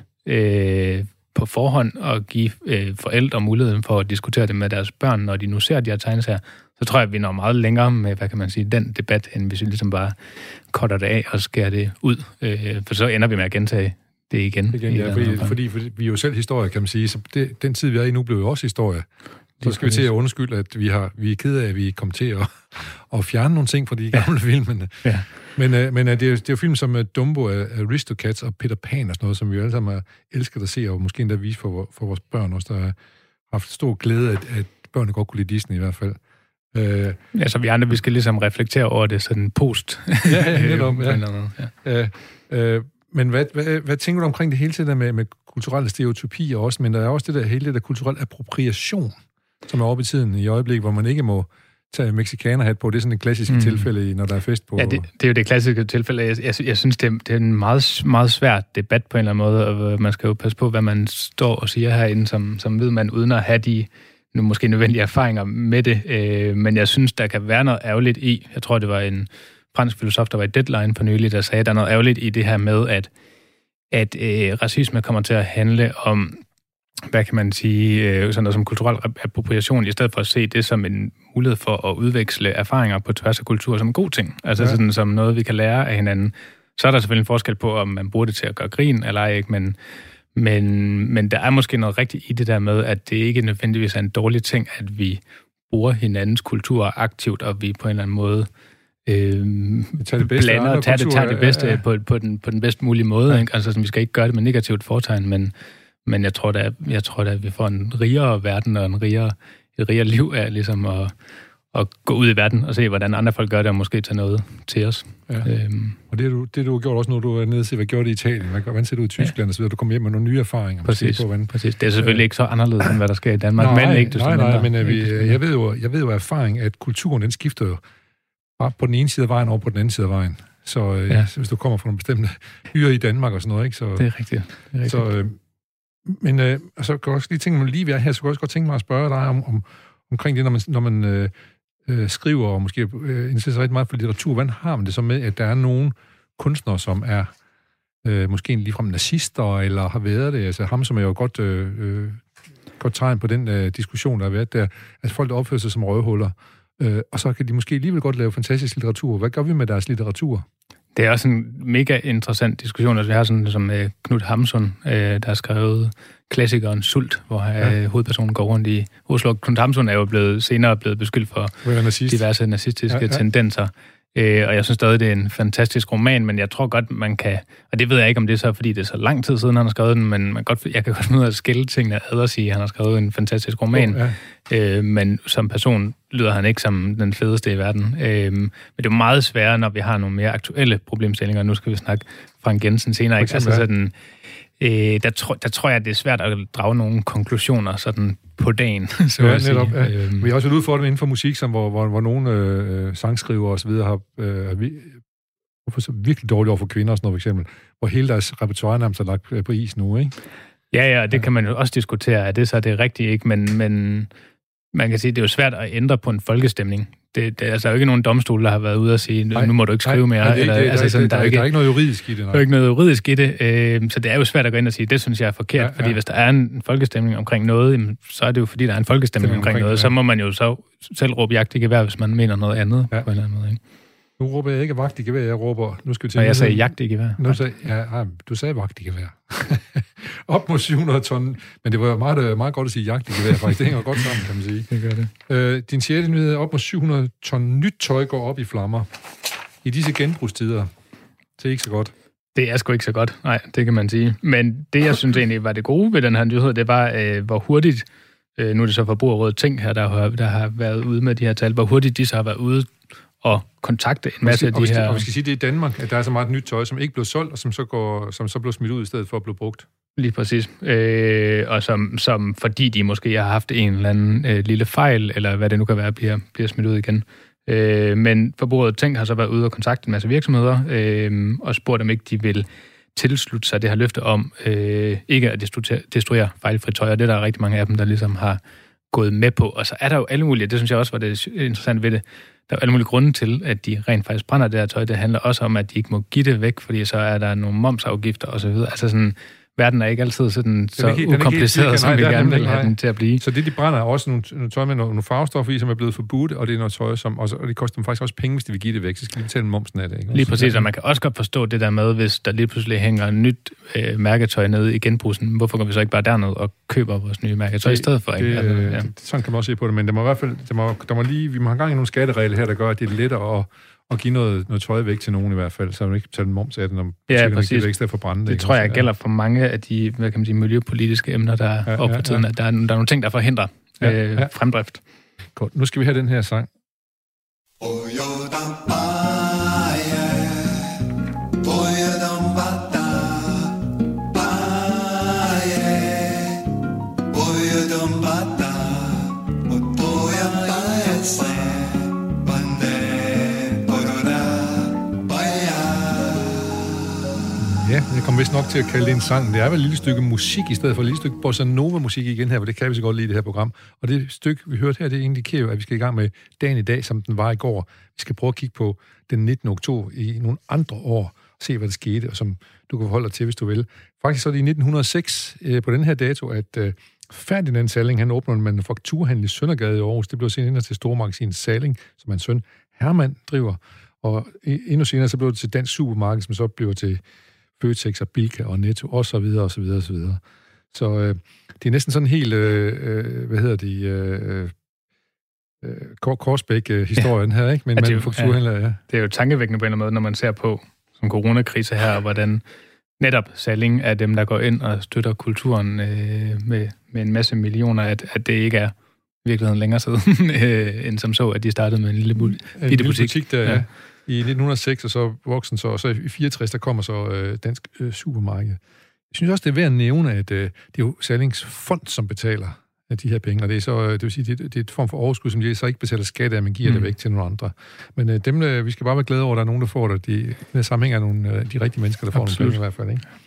på forhånd og give forældre muligheden for at diskutere det med deres børn, når de nu ser de her tegneserier, så tror jeg, at vi når meget længere med, hvad kan man sige, den debat, end hvis vi ligesom bare cutter det af og skærer det ud. For så ender vi med at gentage det igen. Fordi vi er jo selv historie, kan man sige. Så den tid, vi er i nu, blev jo også historie. Så skal vi til at undskylde, at vi er ked af, at vi kom til at fjerne nogle ting fra de gamle film. Ja. Men det er jo film som Dumbo, Aristocats og Peter Pan og sådan noget, som vi alle sammen har elsket at se, og måske endda vise for vores børn også, der har haft stor glæde, at børnene godt kunne lide Disney i hvert fald. Så vi andre, vi skal ligesom reflektere over det sådan post. Men hvad tænker du omkring det hele tiden med kulturelle stereotypier også, men der er også hele det der kulturelle appropriation, som er oppe i tiden i øjeblikket, hvor man ikke må tage mexikanerhat på. Det er sådan et klassisk tilfælde, når der er fest på. Ja, det er jo det klassiske tilfælde. Jeg synes, det er en meget, meget svær debat på en eller anden måde, og man skal jo passe på, hvad man står og siger herinde, som ved man, uden at have de måske nødvendige erfaringer med det. Men jeg synes, der kan være noget ærgerligt i. Jeg tror, det var en fransk filosof, der var i Deadline for nylig, der sagde, at der er noget ærgerligt i det her med, at racisme kommer til at handle om, hvad kan man sige, sådan noget som kulturel appropriation, i stedet for at se det som en mulighed for at udveksle erfaringer på tværs af kultur som en god ting. Altså sådan som noget, vi kan lære af hinanden. Så er der selvfølgelig en forskel på, om man bruger det til at gøre grin eller ej, ikke? Men der er måske noget rigtigt i det der med, at det ikke nødvendigvis er en dårlig ting, at vi bruger hinandens kultur aktivt, og vi på en eller anden måde blander og tager det bedste på den bedst mulige måde. Ja. Ikke? Altså, vi skal ikke gøre det med negativt fortegn, men jeg tror da, at vi får en rigere verden og et rigere liv af ligesom at gå ud i verden og se, hvordan andre folk gør det, og måske tage noget til os. Ja. Og det du har gjort også, når du er nede og se, hvad gjorde det i Italien? Hvordan ser det ud i Tyskland? Og så videre. Du kommer hjem med nogle nye erfaringer. Præcis. Det er selvfølgelig ikke så anderledes, end hvad der sker i Danmark. Men jeg ved jo af erfaring, at kulturen, den skifter jo bare på den ene side af vejen over på den anden side af vejen. Så hvis du kommer fra nogle bestemte byer i Danmark og sådan noget, ikke? Så, det er rigtigt. Så, men så kan jeg også lige tænke mig, lige ved her, så kan jeg også godt tænke mig at spørge dig omkring det, når man skriver, og måske interesserer sig rigtig meget for litteratur. Hvordan har man det så med, at der er nogle kunstnere, som er måske ligefrem nazister, eller har været det? Altså ham, som er jo godt tegn på den diskussion, der har været der. Altså folk, der opfører sig som røvhuller. Og så kan de måske alligevel godt lave fantastisk litteratur. Hvad gør vi med deres litteratur? Det er også en mega interessant diskussion. Altså, vi har sådan som Knud Hamsun, der har skrevet klassikeren Sult, hvor hovedpersonen går rundt i Oslo. Knud Hamsun er jo senere blevet beskyldt for diverse nazistiske tendenser. Og jeg synes stadig, det er en fantastisk roman, men jeg tror godt, man kan... Og det ved jeg ikke, om det er så, fordi det er så lang tid siden, han har skrevet den, men jeg kan godt finde ud af at skille tingene ad og sige, at han har skrevet en fantastisk roman. Men som person lyder han ikke som den fedeste i verden. Men det er meget sværere, når vi har nogle mere aktuelle problemstillinger. Nu skal vi snakke Frank Jensen senere. Ikke? Altså sådan... Der tror jeg, det er svært at drage nogle konklusioner sådan på dagen. Så netop. Vi har også været ude for det inden for musik, som hvor nogle sangskriver og så videre har virkelig dårligt over for kvinder og sådan noget, for eksempel, hvor hele deres repertoire nærmest er lagt på is nu, ikke? Ja, det kan man jo også diskutere. Er det så det rigtige, ikke? Men man kan sige, det er jo svært at ændre på en folkestemning. Der er jo ikke nogen domstol, der har været ude og sige, nu må du ikke skrive mere. Der er ikke noget juridisk i det. Der er ikke noget juridisk i det, så det er jo svært at gå ind og sige, det synes jeg er forkert, fordi hvis der er en folkestemning omkring noget, så er det jo fordi, der er en folkestemning omkring noget, så må man jo så selv råbe jagt i gevær, hvis man mener noget andet på en eller anden måde. Ikke? Nu råber jeg ikke vagt i gevær, jeg råber... Nu skal vi til. Og jeg sagde jagt i gevær. Du sagde vagt i gevær. Op mod 700 ton, men det var meget godt at sige jagt i gevær, faktisk. Det hænger godt sammen, kan man sige. Det gør det. Din 6. nyhed er op mod 700 ton nyt tøj går op i flammer. I disse genbrugstider. Det er ikke så godt. Det er sgu ikke så godt, nej, det kan man sige. Men det, jeg synes egentlig var det gode ved den her nyhed, det var, hvor hurtigt, nu er det så Forbrugerrådet Tænk her, der har været ude med de her tal, hvor hurtigt de så har været ude og kontakte en masse af de her... Og vi skal sige, det er i Danmark, at der er så meget nyt tøj, som ikke blev solgt, og som så blev smidt ud i stedet for at blive brugt. Lige præcis. Og som fordi de måske har haft en eller anden lille fejl, eller hvad det nu kan være, bliver smidt ud igen. Men Forbrugerrådet Tænk har så været ude og kontakte en masse virksomheder, og spurgt dem ikke, de vil tilslutte sig det her løfte om ikke at destruere fejlfrit tøj, og det er der rigtig mange af dem, der ligesom har gået med på. Og så er der jo alle mulige, det synes jeg også var det interessante ved det, der er alle mulige grunde til, at de rent faktisk brænder det her tøj. Det handler også om, at de ikke må give det væk, fordi så er der nogle momsafgifter osv. Altså sådan, verden er ikke altid sådan så ukompliceret, som vi gerne vil have den til at blive. Så det, de brænder, er også nogle tøj med nogle farvestoffer i, som er blevet forbudt, og det er noget tøj, og det koster dem faktisk også penge, hvis de vil give det væk, så skal de betale momsen af det. Ikke? Lige præcis, og man kan også godt forstå det der med, hvis der lige pludselig hænger nyt mærketøj nede i genbrugsen, hvorfor går vi så ikke bare derned og køber vores nye mærketøj i stedet for? Sådan kan man også se på det, men der må i hvert fald, vi må have gang i nogle skatteregler her, der gør, at det er lettere at give noget tøj væk til nogen i hvert fald, så man ikke betaler moms af det, når præcis. Væk stedet for brænde. Det tror jeg gælder for mange af de, hvad kan man sige, miljøpolitiske emner, der er op for tiden, at der er nogle ting, der forhindrer fremdrift. Godt. Nu skal vi have den her sang. Ja, jeg kommer vist nok til at kalde det en sang. Det er vel et lille stykke musik i stedet for et lille stykke bossa nova-musik igen her, for det kan vi så godt lide i det her program. Og det stykke, vi hørte her, det indikerer jo, at vi skal i gang med dagen i dag, som den var i går. Vi skal prøve at kigge på den 19. oktober i nogle andre år, se hvad der skete, og som du kan forholde dig til, hvis du vil. Faktisk så er det i 1906 på den her dato, at Ferdinand Salling, han åbner en manufakturhandel i Søndergade i Aarhus. Det blev senere ind til stormagasinet Salling, som hans søn Hermann driver. Og endnu senere så blev det til Dansk Supermarked, som så blev til Føtex og Bilka og Netto, og så videre, og så videre, og så videre. Så det er næsten sådan helt, Korsbæk-historien her, ikke? Men manufakturhandler, Det er jo tankevækkende på en eller anden måde, når man ser på som coronakrise her, hvordan netop Salling er dem, der går ind og støtter kulturen med en masse millioner, at det ikke er virkeligheden længere siden, end som så, at de startede med en lille butik. Der, ja. I 1906, og så voksen så, og så i 64, der kommer så Dansk Supermarked. Jeg synes også, det er værd at nævne, at det er jo Sallings fond, som betaler de her penge, og det er så, det vil sige, det er et form for overskud, som de så ikke betaler skat af, men giver det væk til nogle andre. Men dem, vi skal bare være glade over, at der er nogen, der får det. Den her sammenhæng er nogle de rigtige mennesker, der får nogle penge i hvert fald, ikke?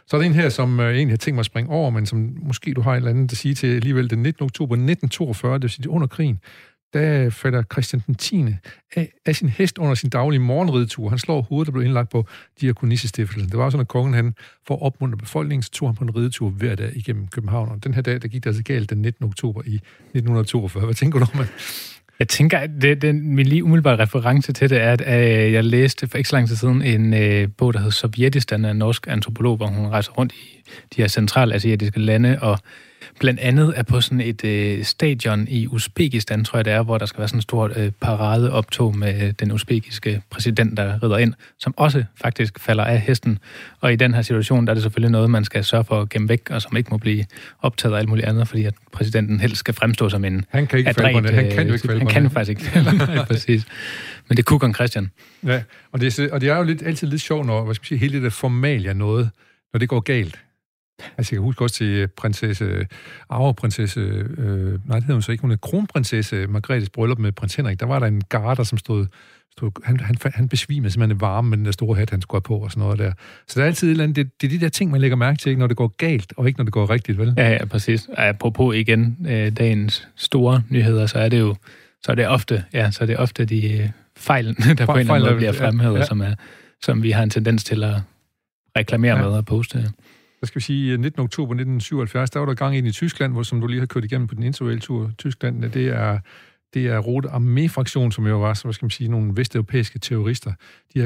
Så er der en her, som egentlig har tænkt mig at springe over, men som måske du har et eller andet at sige til alligevel. Den 19. oktober 1942, det vil sige under krigen, der falder Christian den 10. af sin hest under sin daglige morgenridetur. Han slår hovedet, der blev indlagt på Diakonissestiftelsen. Det var sådan, at kongen, han for at opmuntre befolkningen, så tog han på en ridetur hver dag igennem København. Og den her dag, der gik det altså galt den 19. oktober i 1942. Hvad tænker du om det? Jeg tænker, at min lige umiddelbare reference til det er, at jeg læste for ikke så lang tid siden en bog, der hedder Sovjetistan af en norsk antropolog, hvor hun rejser rundt i de her centralasiatiske lande, og blandt andet er på sådan et stadion i Uzbekistan, tror jeg det er, hvor der skal være sådan en stort paradeoptog med den uzbekiske præsident, der rider ind, som også faktisk falder af hesten. Og i den her situation, der er det selvfølgelig noget, man skal sørge for at gemme væk, og som ikke må blive optaget af alt muligt andet, fordi at præsidenten helst skal fremstå som en han kan ikke falde på det. Han kan jo ikke falde på det. Han kan faktisk ikke. Nej, præcis. Men det kunne kong Christian. Ja, og det er jo altid lidt sjovt, når hele det der formalia noget, når det går galt. Altså, jeg kan huske også til arveprinsesse, nej, det hedder hun så ikke, hun er kronprinsesse Margrethes bryllup med prins Henrik. Der var der en garder, som stod han besvimede simpelthen varme med den der store hat, han skulle have på og sådan noget der. Så der er altid et eller andet, det er de der ting, man lægger mærke til, ikke, når det går galt, og ikke når det går rigtigt, vel? Ja, præcis. Apropos igen dagens store nyheder, så er det ofte de fejl, der på en eller anden måde bliver fremhævet, som vi har en tendens til at reklamere med og poste. Så skal vi sige, 19. oktober 1977, der var der gang ind i Tyskland, hvor, som du lige har kørt igennem på den interrail tur Tyskland, det er Rote Armee-fraktion, som jo var, så skal man sige, nogle vesteuropæiske terrorister. De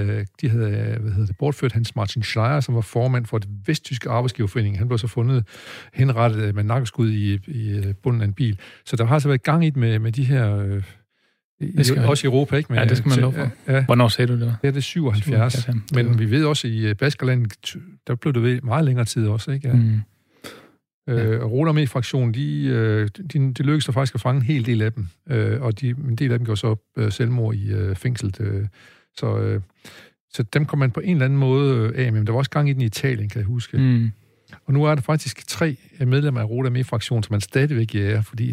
havde bortført Hans Martin Schleyer, som var formand for det vesttyske arbejdsgiverforening. Han blev så fundet henrettet med nakkeskud i bunden af en bil. Så der har altså været gang i det med de her... også i Europa, ikke? Ja, det skal man love for. Ja. Hvornår sagde du det? Ja, det er 77. Men vi ved også, i Baskerland, der blev det ved meget længere tid også, ikke? Ja. Og Rote Armee-fraktionen, de lykkedes faktisk at fange en hel del af dem. Og en del af dem gjorde så selvmord i fængslet. Så dem kom man på en eller anden måde af, men der var også gang i den i Italien, kan jeg huske. Og nu er der faktisk 3 medlemmer af Rote Armee-fraktionen, som man stadigvæk jager, fordi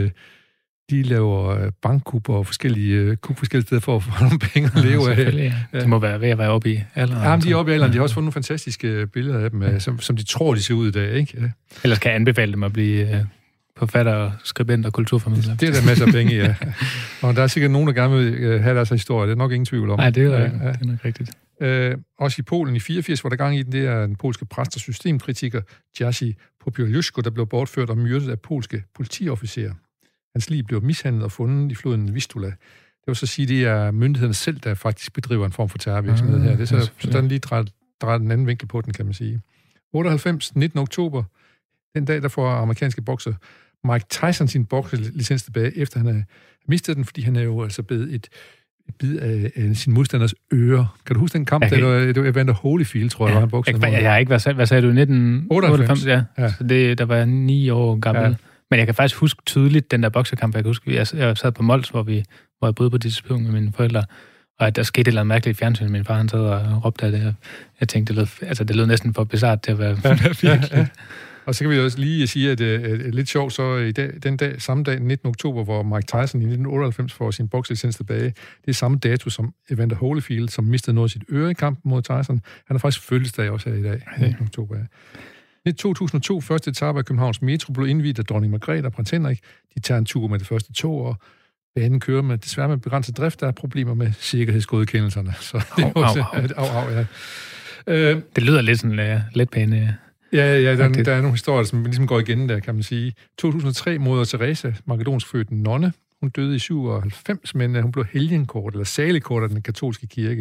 de laver bankkup og forskellige steder for at få nogle penge at leve af. Ja. De må være ved at være oppe i alderen. Ja, de er oppe i alderen. De har også fundet nogle fantastiske billeder af dem, som de tror, de ser ud i dag, ikke? Ja. Ellers kan jeg anbefale dem at blive forfatter, skribent og kulturformidler. Det er der masser af penge i, ja. Og der er sikkert nogen, der gerne vil have deres historie. Det er nok ingen tvivl om. Nej, det er nok rigtigt. Også i Polen i 84, hvor der gang i den, det er den polske præst og systemkritiker Jerzy Popieluszko, der blev bortført og myrdet af polske politiofficerer. Hans lig blev mishandlet og fundet i floden Vistula. Det vil så sige, det er myndighederne selv, der faktisk bedriver en form for terrorvirksomhed her. Det er så der lige drejer den anden vinkel på den, kan man sige. 98, 19. oktober, den dag, der får amerikanske bokser Mike Tyson sin bokselicens tilbage, efter han har mistet den, fordi han er jo altså blevet et bid af sin modstanders øre. Kan du huske den kamp? Det var Evander Holyfield, tror jeg, var han boksede. Jeg har ikke været... Hvad sagde du? 1998? Ja. Så der var 9 år gammel. Ja. Men jeg kan faktisk huske tydeligt den der boksekamp. Jeg kan huske, jeg sad på Mols, hvor jeg boede på det tidspunkt med mine forældre, og at der skete et eller andet mærkeligt fjernsyn. Min far, han sad og råbte af det. Jeg tænkte, det lød næsten for bizarrt til at være virkelig. Ja. Og så kan vi også lige sige, at lidt sjovt, så i dag, samme dag, 19. oktober, hvor Mike Tyson i 1998 får sin bokslicens tilbage, det er samme dato som Evander Holyfield, som mistede noget af sit øre i kampen mod Tyson. Han har faktisk fødselsdag også her i dag, 19. oktober. I 2002, første etape af Københavns Metro, blev indviet af dronning Margrethe og prins Henrik. De tager en tur med det første tog, og banen kører med, desværre med begrænset drift. Der er problemer med sikkerhedsgodkendelserne. Så det er også ja. Det lyder lidt sådan letbane. Ja, der er nogle historier, som ligesom går igen der, kan man sige. 2003 moder Teresa, makedonsk født nonne. Hun døde i 97, men hun blev helgenkort, eller saligkort af den katolske kirke.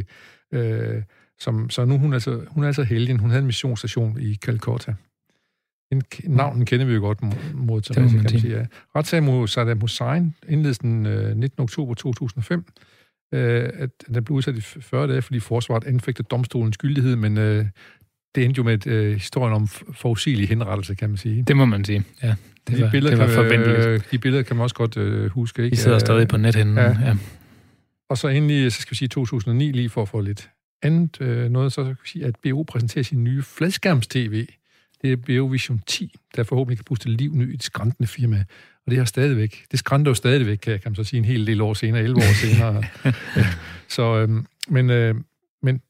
Så nu hun er altså helgen. Hun havde en missionsstation i Calcutta. Navnen kender vi jo godt mod Teresa, kan man sige. Ja. Retssag mod Saddam Hussein indledes den 19. oktober 2005. At den blev udsat i 40 dage, fordi forsvaret anfægtede domstolens skyldighed, men det endte jo med historien om forudsigelig henrettelse, kan man sige. Det må man sige, ja. Det var forventeligt. De billeder kan man også godt huske, ikke? De sidder stadig på nethinden. Ja. Og så endelig, så skal vi sige 2009, lige for at få lidt andet noget, så kan vi sige, at BO præsenterer sin nye fladskærms-TV. Det er BO Vision 10, der forhåbentlig kan puste liv ny i et skrantende firma. Og det skranter jo stadigvæk, kan man så sige, en hel del år senere, 11 år senere. Men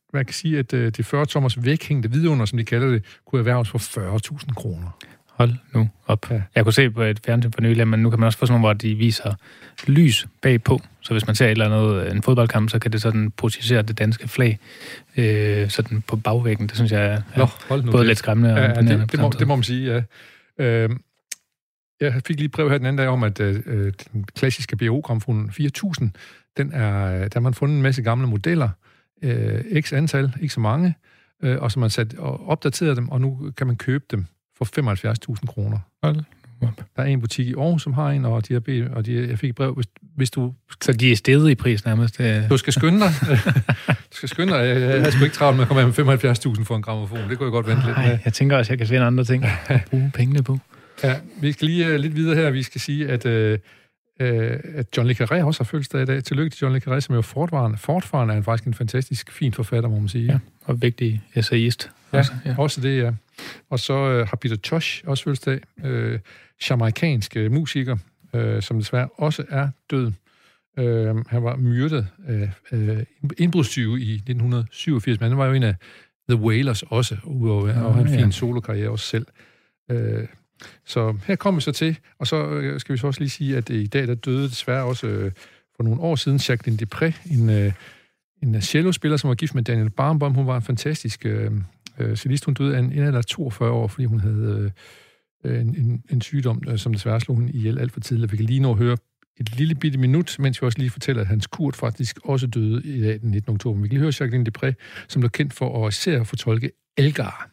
man kan sige, at de 40-tommers væghængte vidunder, som de kalder det, kunne erhverves for 40.000 kroner. Hold nu op. Ja. Jeg kunne se på et fjernsyn for nylig, men nu kan man også få sådan nogle, hvor de viser lys bagpå. Så hvis man ser et eller andet, en fodboldkamp, så kan det sådan projicere det danske flag sådan på bagvæggen. Det synes jeg er både lidt skræmmende og imponerende. Det må man sige, ja. Jeg fik lige et brev her den anden dag om, at den klassiske BO-gramfon 4000, der har man fundet en masse gamle modeller, x antal, ikke så mange, og så man sat og opdateret dem, og nu kan man købe dem for 75.000 kroner. Der er en butik i Aarhus, som har en, og jeg fik et brev, hvis du... Så de er steget i pris nærmest? Du skal skynde dig. Jeg har sgu ikke travlt med at komme med 75.000 for en grammofon. Det kunne jeg godt vente lidt med. Jeg tænker også, jeg kan finde andre ting at bruge pengene på. Ja, vi skal lige lidt videre her. Vi skal sige, at John le Carré også har fødselsdag i dag. Tillykke til John le Carré, som er jo fortfarande er faktisk en fantastisk fin forfatter, må man sige. Ja, og vigtig essayist. Også det, ja. Og så har Peter Tosh også fødselsdag. Jamaikansk musiker, som desværre også er død. Han var myrdet af indbrudstyve i 1987, men han var jo en af The Wailers også, udover at have en fin solokarriere også selv. Så her kommer vi så til, og så skal vi så også lige sige, at i dag der døde desværre også for nogle år siden Jacqueline Desprez, en cellospiller, som var gift med Daniel Barenboim. Hun var en fantastisk cellist. Hun døde af en alder af 42 år, fordi hun havde en sygdom, som desværre slog hende ihjel alt for tidligt. Vi kan lige nå at høre et lille bitte minut, mens vi også lige fortæller, at Hans Kurt faktisk også døde i dag, den 19. oktober. Vi kan lige høre Jacqueline Desprez, som blev kendt for at især fortolke Elgar.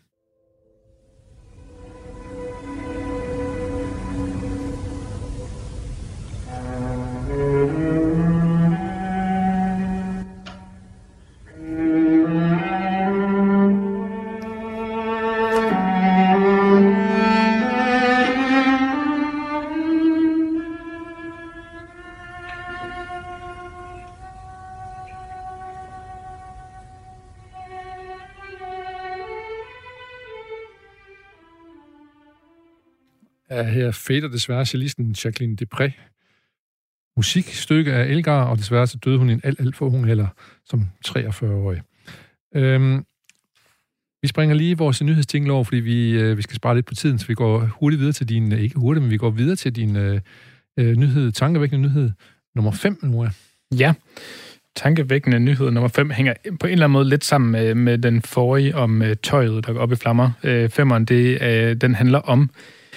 Her fader desværre cellisten Jacqueline Desprez musikstykke af Elgar, og desværre så døde hun i en alt for ung alder som 43-årig. Vi springer lige vores nyhedsting over, fordi vi skal spare lidt på tiden, så vi går hurtigt videre til din, ikke hurtigt, men vi går videre til din nyhed, tankevækkende nyhed nummer 5, Nora. Ja, tankevækkende nyhed nummer 5 hænger på en eller anden måde lidt sammen med den forrige om tøjet, der går op i flammer. 5'eren, den handler om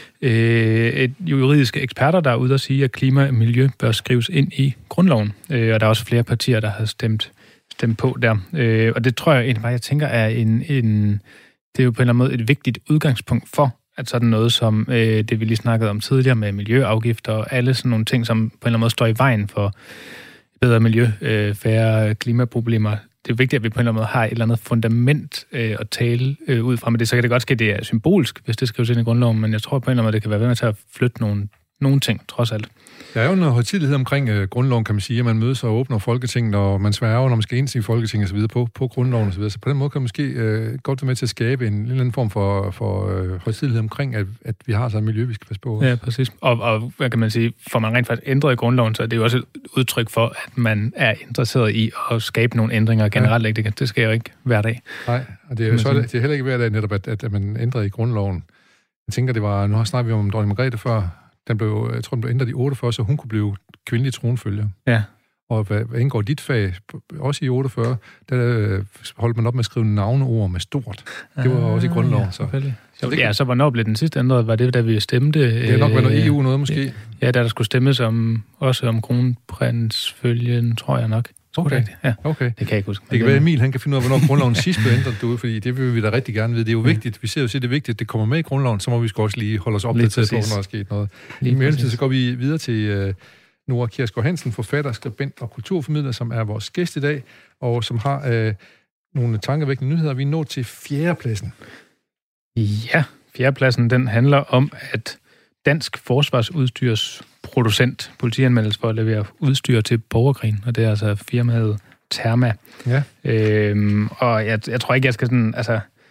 et juridiske eksperter, der er ude og sige, at klima og miljø bør skrives ind i grundloven. Og der er også flere partier, der har stemt på der. Og det tror jeg egentlig bare, jeg tænker, er det er jo på en eller anden måde et vigtigt udgangspunkt for, at sådan noget som det, vi lige snakkede om tidligere med miljøafgifter og alle sådan nogle ting, som på en eller anden måde står i vejen for bedre miljø, færre klimaproblemer. Det er vigtigt, at vi på en eller anden måde har et eller andet fundament at tale ud fra. Men det, så kan det godt ske, at det er symbolsk, hvis det skrives ind i grundloven, men jeg tror på en eller anden måde, det kan være ved med til at flytte nogle ting, trods alt. Der er jo noget højtidelighed omkring grundloven, kan man sige, at man mødes og åbner Folketinget, og man sværger, når man skal ind i Folketinget og så videre på grundloven og så videre. Så på den måde kan man måske godt være med til at skabe en eller anden form for højtidelighed omkring, at vi har så et miljø, vi skal passe på. Ja, præcis. Og hvad kan man sige, får man rent faktisk ændret i grundloven, så er det jo også et udtryk for, at man er interesseret i at skabe nogle ændringer generelt. Ja. Det sker jo ikke hver dag. Nej, og det er heller ikke hver dag netop, at man ændrer i grundloven. Jeg tænker, nu snakker vi om dronning Margrethe før. Jeg tror, den blev ændret i 48, så hun kunne blive kvindelig tronfølger. Ja. Og hvad indgår dit fag, også i 48, der holdt man op med at skrive navneord med stort. Det var også i grundloven. Ja, så hvornår blev den sidste ændret? Var det, da vi stemte? Det er nok været noget EU noget, måske. Ja, da der skulle stemmes også om kronprinsfølgen, tror jeg nok. Okay. Ja. Okay. Det kan jeg ikke huske. Det kan være, Emil, han kan finde ud af, hvornår grundloven sidst blev ændret derude, fordi det vil vi da rigtig gerne vide. Det er jo vigtigt. Vi ser jo, at det er vigtigt, at det kommer med i grundloven, så må vi også lige holde os opdateret på, når der er sket noget. I mellemtiden så går vi videre til Nora Kjærsgaard Hansen, forfatter, skribent og kulturformidler, som er vores gæst i dag, og som har nogle tankevækkende nyheder. Vi er nået til 4. pladsen. Ja, 4. pladsen, den handler om, at dansk forsvarsudstyrs producent politianmeldes for at levere udstyr til borgerkrigen, og det er altså firmaet Therma. Ja. Og jeg tror ikke, jeg skal sådan, altså,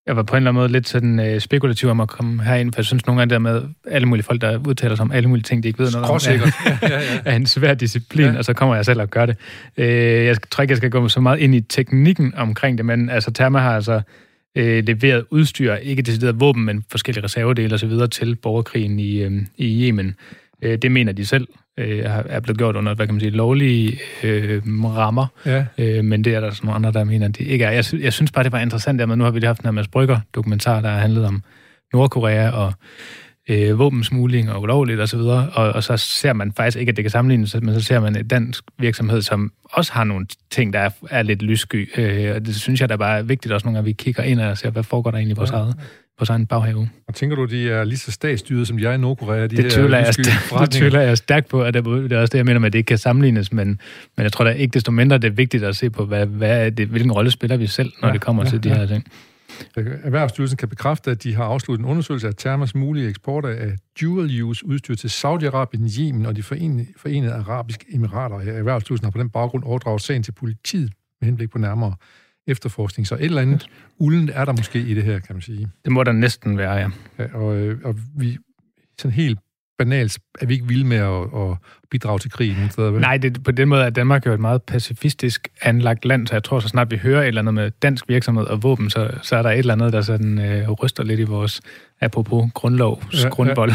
Jeg var på en eller anden måde lidt sådan spekulativ om at komme herind, for jeg synes nogle gange der med alle mulige folk, der udtaler sig om alle mulige ting, de ikke ved noget om, er en svær disciplin, og så kommer jeg selv og gør det. Jeg tror ikke, jeg skal gå så meget ind i teknikken omkring det, men altså Terma har altså leveret udstyr, ikke decideret våben, men forskellige reservedele og så videre til borgerkrigen i Yemen. Det mener de selv er blevet gjort under, hvad kan man sige, lovlige rammer, men det er der sådan nogle andre, der mener, at det ikke er. Jeg synes bare, det var interessant, at nu har vi lige haft den her Mads Brügger-dokumentar, der har handlet om Nordkorea og våbensmugling og ulovligt og så videre, og så ser man faktisk ikke, at det kan sammenlignes, men så ser man en dansk virksomhed, som også har nogle ting, der er lidt lyssky, og det synes jeg, der bare er vigtigt også nogle gange, vi kigger ind og ser, hvad foregår der egentlig i vores egen baghave. Og tænker du, de er lige så statsstyret, som de er i Nordkorea? Det tvivler jeg stærkt på, og det er også det, jeg mener med, at det ikke kan sammenlignes, men jeg tror da ikke desto mindre, det er vigtigt at se på, hvilken rolle spiller vi selv, når det kommer til de her ting. Erhvervsstyrelsen kan bekræfte, at de har afsluttet en undersøgelse af Termas mulige eksport af dual-use udstyr til Saudi-Arabien, Yemen og de forenede arabiske emirater. Erhvervsstyrelsen har på den baggrund overdraget sagen til politiet med henblik på nærmere efterforskning. Så et eller andet uldent er der måske i det her, kan man sige. Det må der næsten være, ja. Og vi sådan helt banalt er vi ikke vilde med at bidrage til krigen nogen steder, vel? Nej, på den måde er Danmark jo et meget pacifistisk anlagt land, så jeg tror, så snart vi hører et eller andet med dansk virksomhed og våben, så er der et eller andet, der sådan ryster lidt i vores, apropos grundlovs grundbold.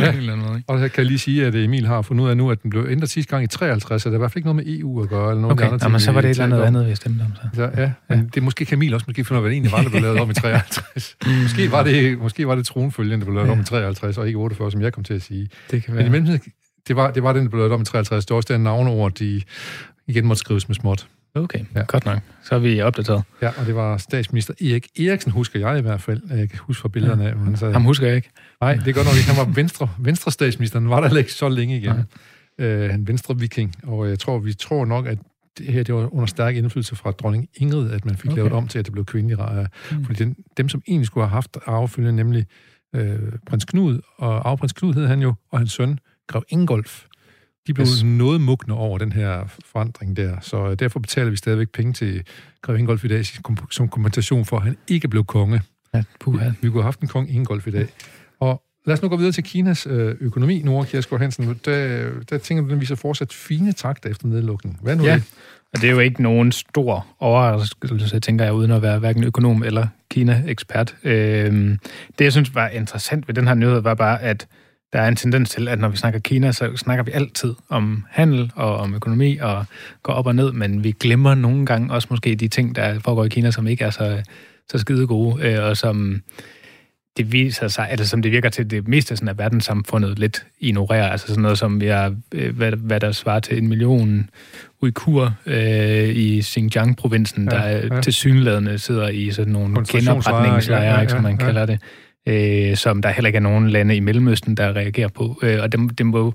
Og så kan jeg lige sige, at Emil har fundet ud af nu, at den blev ændret sidste gang i 53, så der er i hvert fald ikke noget med EU at gøre. Eller nogen andre ting, men så var det et eller andet, vi stemte om. Så. Men det måske Emil også finde ud af, hvad det egentlig var, der blev lavet om i 53. Måske var det tronfølgen, der blev lavet om i 53, og ikke 48, som jeg kom til at sige. Det kan være. Men det var den, der blev lavet om i 53. Det var også der navneord, de igen måtte skrives med småt. Okay, godt nok. Så er vi opdateret. Ja, og det var statsminister Erik Eriksen, husker jeg i hvert fald. Jeg kan huske fra billederne af. Ham husker jeg ikke. Nej, det er godt nok ikke. Han var venstre statsminister. Han var der ikke så længe igen. Han venstre viking. Og vi tror nok, at det var under stærk indflydelse fra dronning Ingrid, at man fik lavet om til, at det blev kvindelig. Fordi dem, som egentlig skulle have haft arvefølgen, nemlig prins Knud, og arveprins Knud hed han jo, og hans søn, Grev Ingolf, de blev noget mugne over den her forandring der, så derfor betaler vi stadigvæk penge til Grev Ingolf i dag som kompensation for, at han ikke blev konge. Ja, vi kunne have haft en kong Ingolf i dag. Og lad os nu gå videre til Kinas økonomi, Nora Kjærsgaard Hansen. Der tænker du, den viser fortsat fine takter efter nedlukningen. Hvad nu det? Og det er jo ikke nogen stor overraskelse, tænker jeg, uden at være hverken økonom eller Kina-ekspert. Det, jeg synes var interessant ved den her nyhed, var bare, at der er en tendens til, at når vi snakker Kina, så snakker vi altid om handel og om økonomi og går op og ned, men vi glemmer nogle gange også måske de ting, der foregår i Kina, som ikke er så skide gode, og som det viser sig, eller som det virker til, det meste sådan, af verdenssamfundet lidt ignorerer. Altså sådan noget som, hvad der svarer til 1 million uigurer i Xinjiang-provinsen, der tilsyneladende sidder i sådan nogle genopretningslejre, som man kalder det. Som der heller ikke er nogen lande i Mellemøsten, der reagerer på. Og det må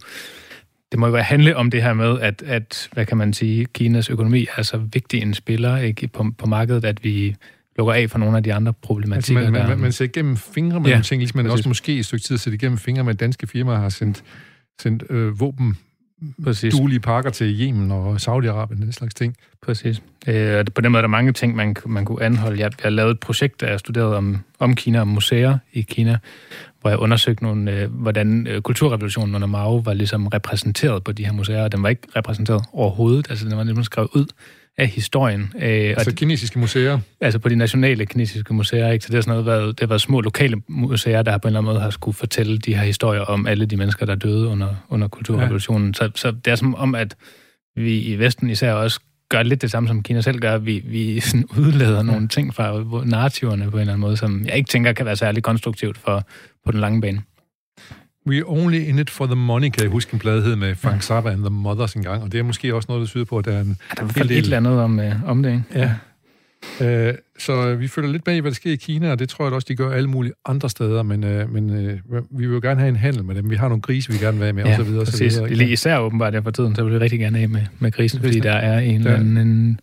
jo handle om det her med, at hvad kan man sige, Kinas økonomi er så vigtig en spiller ikke, på markedet, at vi lukker af for nogle af de andre problematikker. Altså man ser igennem fingre med nogle ting, ligesom man også måske et stykke tid sætter igennem fingre med, at danske firmaer har sendt våben, duelige pakker til Yemen og Saudi-Arabien, den slags ting. Præcis. På den måde er der mange ting, man kunne anholde. Jeg har lavet et projekt, der jeg studerede om Kina, om museer i Kina, hvor jeg undersøgte hvordan kulturrevolutionen under Mao var ligesom repræsenteret på de her museer, og den var ikke repræsenteret overhovedet. Altså, den var ligesom skrevet ud af historien. Altså kinesiske museer? Altså på de nationale kinesiske museer, ikke? Så det er sådan noget, det har været små lokale museer, der på en eller anden måde har skulle fortælle de her historier om alle de mennesker, der døde under kulturrevolutionen. Ja. Så det er som om, at vi i Vesten især også gør lidt det samme, som Kina selv gør. Vi sådan udlader nogle ting fra narrativerne på en eller anden måde, som jeg ikke tænker kan være særlig konstruktivt på den lange bane. We're only in it for the money, kan jeg huske en plade hed med Frank Zappa and the Mothers engang, og det er måske også noget, der tyder på, at der er en... der er i hvert fald et eller andet om det, ikke? Ja. Så vi følger lidt bag, hvad der sker i Kina, og det tror jeg også, de gør alle mulige andre steder, men vi vil jo gerne have en handel med dem. Vi har nogle grise, vi gerne vil have med, og så videre. Præcis. Så videre, især åbenbart der for tiden, så vil vi rigtig gerne have med grisen, fordi der er en eller anden...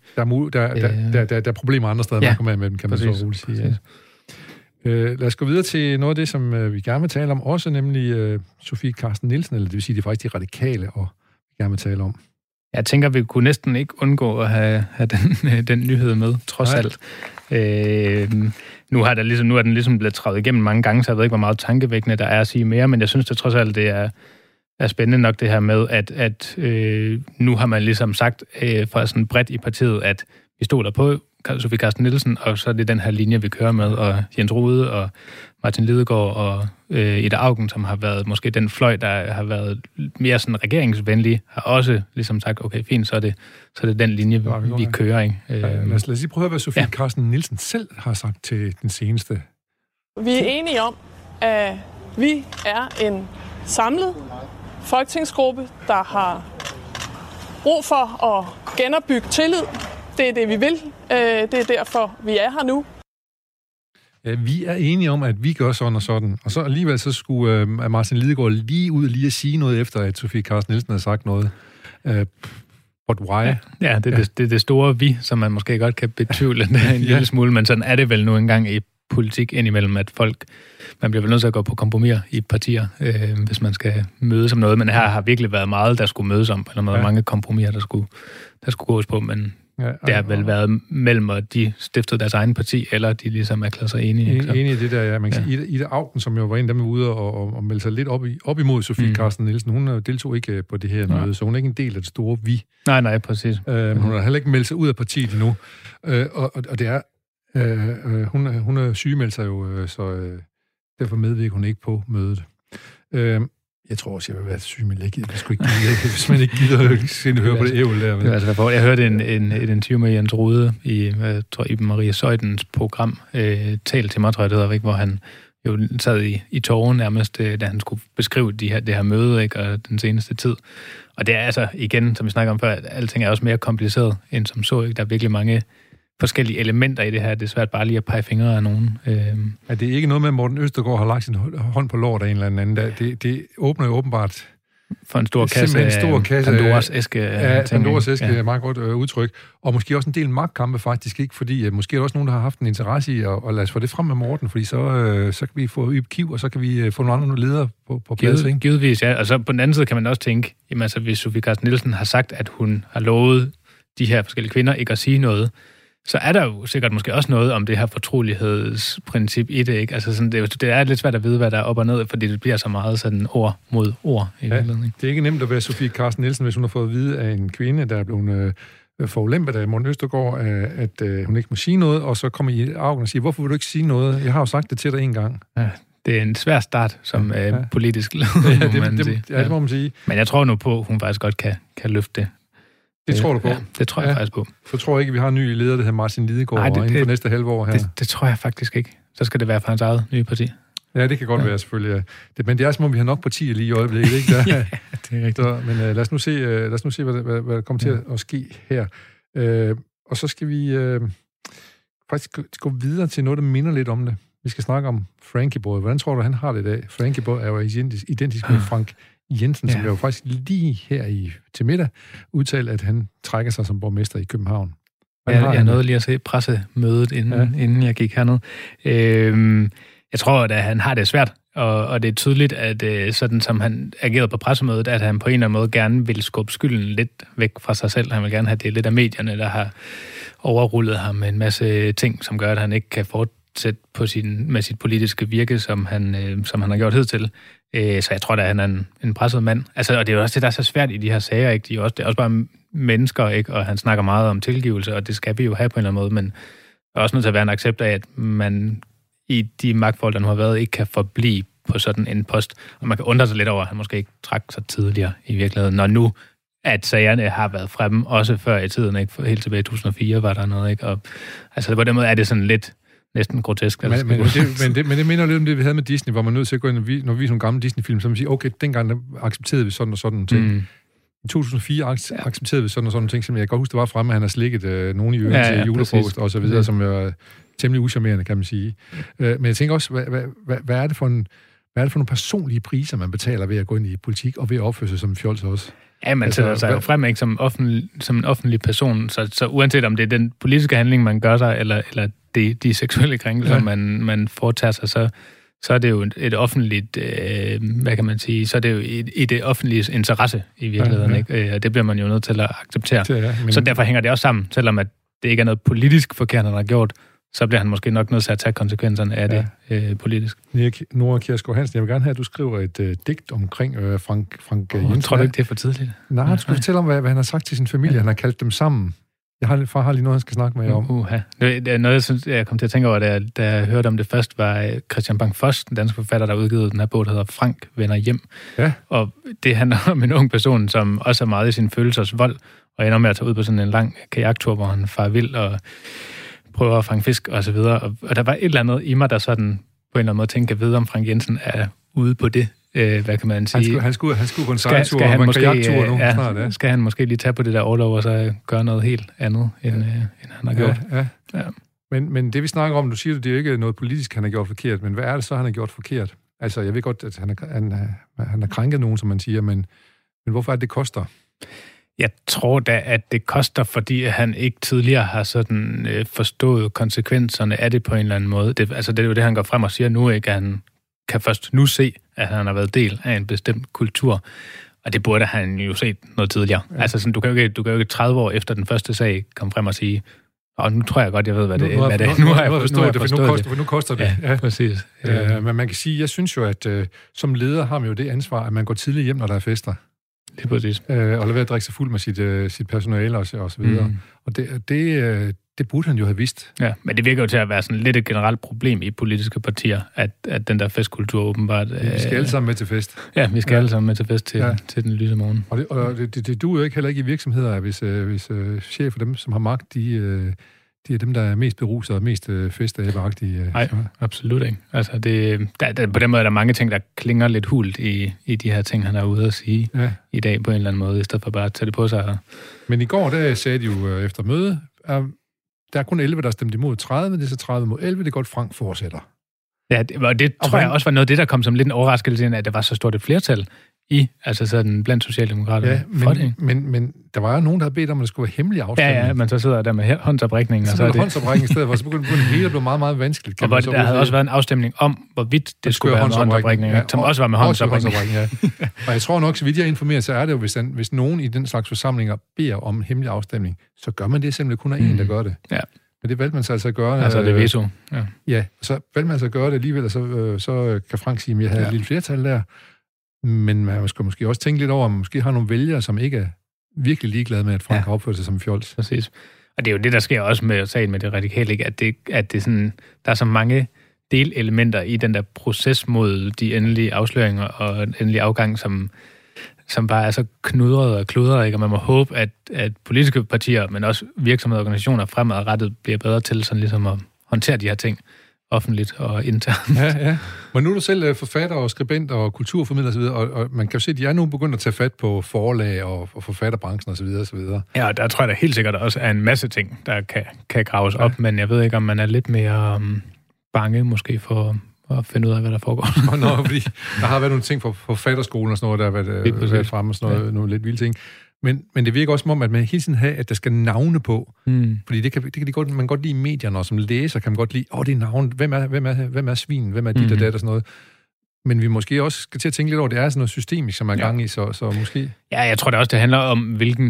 Der er problemer andre steder, man kommer med dem, kan man så roligt sige. Lad os gå videre til noget af det, som vi gerne vil tale om, også nemlig Sofie Carsten Nielsen, eller det vil sige, det er faktisk de radikale, og vi gerne vil tale om. Jeg tænker, vi kunne næsten ikke undgå at have den nyhed med, trods alt. Nu er den ligesom blevet trævet igennem mange gange, så jeg ved ikke, hvor meget tankevækkende der er at sige mere, men jeg synes, det trods alt det er spændende nok det her med, at nu har man ligesom sagt fra sådan bredt i partiet, at vi stoler på Sofie Carsten Nielsen, og så er det den her linje, vi kører med, og Jens Rohde og Martin Lidegaard og Ida Auken, som har været måske den fløj, der har været mere sådan regeringsvenlig, har også ligesom sagt, okay, fint, så er det den linje, vi kører, ikke? Lad os lige prøve at hvad Sofie Carsten Nielsen selv har sagt til den seneste. Vi er enige om, at vi er en samlet folketingsgruppe, der har brug for at genopbygge tillid. Det er det, vi vil. Det er derfor, vi er her nu. Ja, vi er enige om, at vi gør sådan og sådan. Og så alligevel så skulle Martin Lidegaard lige ud lige at sige noget efter, at Sofie Carsten Nielsen havde sagt noget. But why? Ja, det er det store vi, som man måske godt kan betvivle en lille smule, men sådan er det vel nu engang i politik indimellem, at man bliver vel nødt til at gå på kompromis i partier, hvis man skal mødes om noget. Men her har virkelig været meget, der skulle mødes om, eller mange kompromiser, der skulle gås på, men det har vel været mellem, at de stiftede deres egen parti, eller de ligesom erklærede sig enige. Enige i det der, ja. Man kan sige, Ida Auken, som jo var en af dem ude og meldte sig lidt op imod Sofie Carsten Nielsen, hun deltog ikke på det her møde, så hun er ikke en del af det store vi. Nej, præcis. Hun har heller ikke meldt sig ud af partiet endnu. Og det er, hun er sygemeldt sig jo, så derfor medvirker hun ikke på mødet. Jeg tror også, jeg vil være sygemeldt. Jeg skulle ikke gide, hvis man ikke gider høre på det ævel der. Jeg hørte et interview med Jens Rohde i Maria Zeutens program, Tal til mig, tror jeg det hedder, ikke, hvor han jo sad i tågen nærmest, da han skulle beskrive det her møde, ikke, og den seneste tid. Og det er altså, igen, som vi snakker om før, at alting er også mere kompliceret end som så, ikke? Der er virkelig mange forskellige elementer i det her. Det er svært bare lige at pege fingre af nogen. Er det ikke noget med, at Morten Østergaard har lagt sin hånd på låret af en eller anden? Det åbner jo åbenbart for en stor kasse. Pandoras æske. Ja, Pandoras æske er et meget godt udtryk. Og måske også en del magtkampe faktisk, ikke? Fordi måske er der også nogen, der har haft en interesse i at lade os få det frem med Morten, fordi så kan vi få Yb Kiv, og så kan vi få nogle andre ledere på plads, ikke? Givetvis, ja. Og så på den anden side kan man også tænke, jamen altså, hvis Sofie Carsten Nielsen har sagt, at hun har lovet de her forskellige kvinder ikke at sige noget, så er der jo sikkert måske også noget om det her fortrolighedsprincip i det, ikke? Altså sådan, det er lidt svært at vide, hvad der er op og ned, fordi det bliver så meget sådan ord mod ord i virkeligheden. Det er ikke nemt at være Sofie Carsten Nielsen, hvis hun har fået at vide af en kvinde, der er blevet forulempet af Morten Østergaard, at hun ikke må sige noget, og så kommer I Augen og siger, hvorfor vil du ikke sige noget? Jeg har jo sagt det til dig en gang. Ja, det er en svær start som politisk leder, det må man sige. Men jeg tror nu på, at hun faktisk godt kan løfte det. Det tror du på? Ja, det tror jeg faktisk på. Så tror jeg ikke, at vi har en ny leder, der hedder Martin Lidegaard, inden for næste halve år her. Det tror jeg faktisk ikke. Så skal det være for hans eget nye parti. Ja, det kan godt være selvfølgelig. Ja. Men det er som om, vi har nok partier lige i øjeblikket, ikke? Ja, det er rigtigt. Men lad os nu se, hvad der kommer til at ske her. Og så skal vi faktisk gå videre til noget, der minder lidt om det. Vi skal snakke om Frankie Boy. Hvordan tror du, han har det i dag? Frankie Boy er jo identisk med Frank Jensen, som jo faktisk lige her til middag udtalte, at han trækker sig som borgmester i København. Jeg nåede lige at se pressemødet, inden jeg gik herned. Jeg tror, at han har det svært, og det er tydeligt, at sådan som han agerede på pressemødet, at han på en eller anden måde gerne vil skubbe skylden lidt væk fra sig selv. Han vil gerne have det lidt af medierne, der har overrullet ham med en masse ting, som gør, at han ikke kan fortsætte med sit politiske virke, som han har gjort hidtil. Så jeg tror, at han er en presset mand. Altså, og det er jo også det, der er så svært i de her sager, ikke? Det er også bare mennesker, ikke? Og han snakker meget om tilgivelse, og det skal vi jo have på en eller anden måde, men der er også nødt til at være en accept af, at man i de magtforhold, der nu har været, ikke kan forblive på sådan en post. Og man kan undre sig lidt over, at han måske ikke trak sig tidligere i virkeligheden, når nu at sagerne har været fremme, også før i tiden, ikke? Helt tilbage i 2004 var der noget, ikke? Og altså, på den måde er det sådan lidt næsten grotesk. Men det minder lidt om det, vi havde med Disney, hvor man er nødt til at gå ind, når vi viser nogle gamle Disney-film, så man siger, okay, dengang der accepterede vi sådan og sådan ting. I 2004 accepterede vi sådan og sådan ting, som jeg godt huske, det var fremme, at han har slikket nogen i øvrigt til julefrokost og så videre, som er temmelig uschammerende, kan man sige. Men jeg tænker også, hvad er det for nogle personlige priser, man betaler ved at gå ind i politik, og ved at opføre sig som en fjols også? Ja, man sætter sig jo frem, ikke, som en offentlig person, så uanset om det er den politiske handling, man gør sig, eller de seksuelle krænkelser, man foretager sig, så er det jo et offentligt, hvad kan man sige, så er det jo i det offentlige interesse i virkeligheden, ikke? Og det bliver man jo nødt til at acceptere. Så derfor hænger det også sammen, selvom at det ikke er noget politisk forkert, han har gjort, så bliver han måske nok nødt til at tage konsekvenserne af det politisk. Nora Kjærsgaard Hansen, jeg vil gerne have, at du skriver et digt omkring Frank Jensen. Tror du ikke, det er for tidligt? Nej, du skal fortælle om, hvad han har sagt til sin familie. Ja. Han har kaldt dem sammen. Far har lige noget, han skal snakke med jer om. Det er noget, jeg synes, jeg kom til at tænke over, da jeg hørte om det først, var Christian Bang-Foss, den danske forfatter, der udgivet den her bog, der hedder Frank vender hjem. Ja. Og det handler om en ung person, som også er meget i sin følelsers vold, og ender med at tage ud på sådan en lang kajaktur, hvor han farer vild og prøver at fange fisk og så videre. Og der var et eller andet i mig, der sådan på en eller anden måde tænker ved, om Frank Jensen er ude på det. Hvad kan man sige? Han skulle på en sejltur og en kajaktur nu snart. Ja. Skal han måske lige tage på det der overlov og så gøre noget helt andet, end han har gjort? Ja. Men det vi snakker om, du siger, det er jo ikke noget politisk, han har gjort forkert, men hvad er det så, han har gjort forkert? Altså, jeg ved godt, at han har krænket nogen, som man siger, men hvorfor er det koster? Jeg tror da, at det koster, fordi han ikke tidligere har sådan forstået konsekvenserne af det på en eller anden måde. Det er jo det, han går frem og siger nu, ikke? At han kan først nu se, at han har været del af en bestemt kultur. Og det burde han jo set noget tidligere. Ja. Altså, sådan, du kan jo ikke 30 år efter den første sag komme frem og sige, og nu tror jeg godt, jeg ved, hvad det er. Nu har jeg forstået det. Nu koster det. Ja, præcis. Men man kan sige, jeg synes jo, at som leder har man jo det ansvar, at man går tidligt hjem, når der er fester. Det er præcis. Og lade være at drikke sig fuld med sit personale og så videre. Og det burde han jo have vidst. Ja, men det virker jo til at være sådan lidt et generelt problem i politiske partier, at den der festkultur åbenbart... Vi skal alle sammen med til fest. Ja, vi skal alle sammen med til fest til den lyse morgen. Og det duer jo ikke heller ikke i virksomheder, hvis chefer, dem som har magt, de er dem, der er mest beruset og mest festabeagtige. Nej, absolut ikke. Altså, på den måde er der mange ting, der klinger lidt hult i de her ting, han er ude at sige i dag på en eller anden måde, i stedet for bare at tage det på sig. Men i går, der sagde de jo efter møde, der er kun 11, der stemte imod 30, det er så 30 mod 11, det er godt, Frank fortsætter. Ja, det tror jeg også var noget af det, der kom som lidt en overraskelse, at det var så stort et flertal altså sådan blandt socialdemokrater. Ja, men der var jo nogen, der havde bedt om, at det skulle være hemmelig afstemning. Ja, men så sidder der med håndsoprækning. Så er det håndsoprækning i stedet, hvor så begyndte det hele at blive meget, meget vanskeligt. Og der havde også været en afstemning om, hvorvidt det skulle være håndsoprækning, som også var med håndsoprækning. Og jeg tror nok, så vidt jeg informerer, så er det jo, hvis nogen i den slags forsamlinger beder om en hemmelig afstemning, så gør man det simpelthen kun af en, der gør det. Ja. Men det valgte man så altså at gøre. Altså det veto. Ja, så valgte man altså at gøre det alligevel, og så kan Frank sige, at jeg havde et lille flertal der. Men man skal måske også tænke lidt over, at man måske har nogle vælgere, som ikke er virkelig ligeglade med, at Frank har opført sig som fjols. Præcis. Og det er jo det, der sker også med sagen med det radikale, ikke? At det sådan, der er så mange delelementer i den der proces mod de endelige afsløringer og endelig afgang, som bare er så knudret og kludret, ikke? Og man må håbe, at politiske partier, men også virksomheder og organisationer fremadrettet bliver bedre til sådan ligesom at håndtere de her ting offentligt og internt. Ja. Men nu er du selv forfatter og skribent og kulturformidler osv., og man kan jo se, at de er nu begyndt at tage fat på forlag og forfatterbranchen osv. Ja, og der tror jeg da helt sikkert også er en masse ting, der kan graves op, men jeg ved ikke, om man er lidt mere bange måske for at finde ud af, hvad der foregår. Nå, fordi der har været nogle ting fra forfatterskolen og sådan noget, der har været fremme og sådan noget, nogle lidt vilde ting. Men det virker også som om, at man hele tiden har, at der skal navne på. Fordi det kan de godt, man godt lide i medierne, og som læser kan man godt lide, det er navn, hvem er svin, hvem er dit og dat og sådan noget. Men vi måske også skal til at tænke lidt over, det er sådan noget systemisk, som er gang i, så måske... Ja, jeg tror det også, det handler om,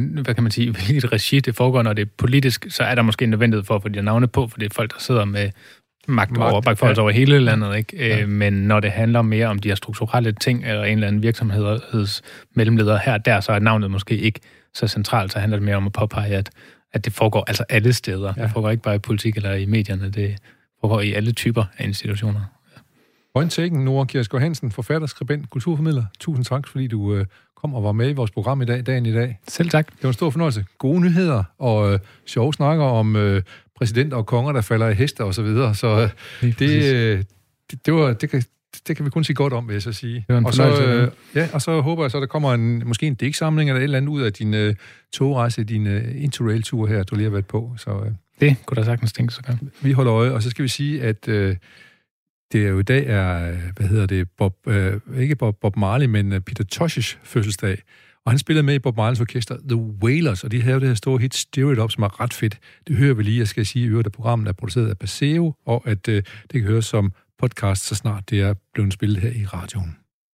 hvilket regi det foregår, når det er politisk, så er der måske en nødvendighed for at få de navne på, for det er folk, der sidder med magt over hele landet, ikke? Ja. Men når det handler mere om de her strukturelle ting, eller en eller anden virksomheds mellemleder her der, så er navnet måske ikke så centralt, så handler det mere om at påpege, at det foregår altså alle steder. Ja. Det foregår ikke bare i politik eller i medierne, det foregår i alle typer af institutioner. Point taken, Nora Kjærsgaard Hansen, forfatter, skribent, kulturformidler. Tusind tak, fordi du kom og var med i vores program dagen i dag. Selv tak. Det var en stor fornøjelse. Gode nyheder og sjove snakker om præsidenter og konger, der falder i hester og så videre. Så det kan vi kun sige godt om, vil jeg så sige. Og så håber jeg så, der kommer måske en digtsamling eller et eller andet ud af din togrejse, din interrail-tur her, du lige har været på. Så, det kunne da sagtens tænke sig. Vi holder øje, og så skal vi sige, at det er jo i dag ikke Bob Marley, men Peter Tosh's fødselsdag. Og han spiller med i Bob Marleys orkester The Wailers, og de havde det her store hit Stir It Up, som er ret fedt. Det hører vi lige, jeg skal sige, at programmet er produceret af Paseo, og at det kan høres som podcast, så snart det er blevet spillet her i radioen.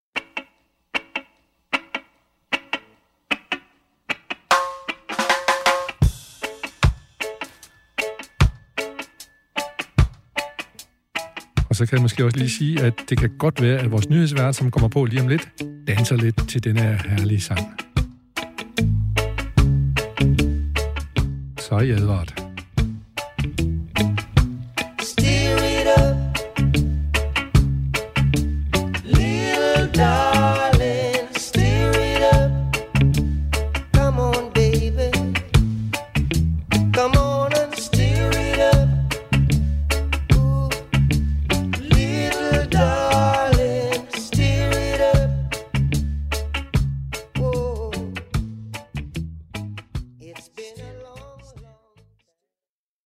Og så kan jeg måske også lige sige, at det kan godt være, at vores nyhedsvært, som kommer på lige om lidt, danser lidt til denne her herlige sang. Så er I advaret.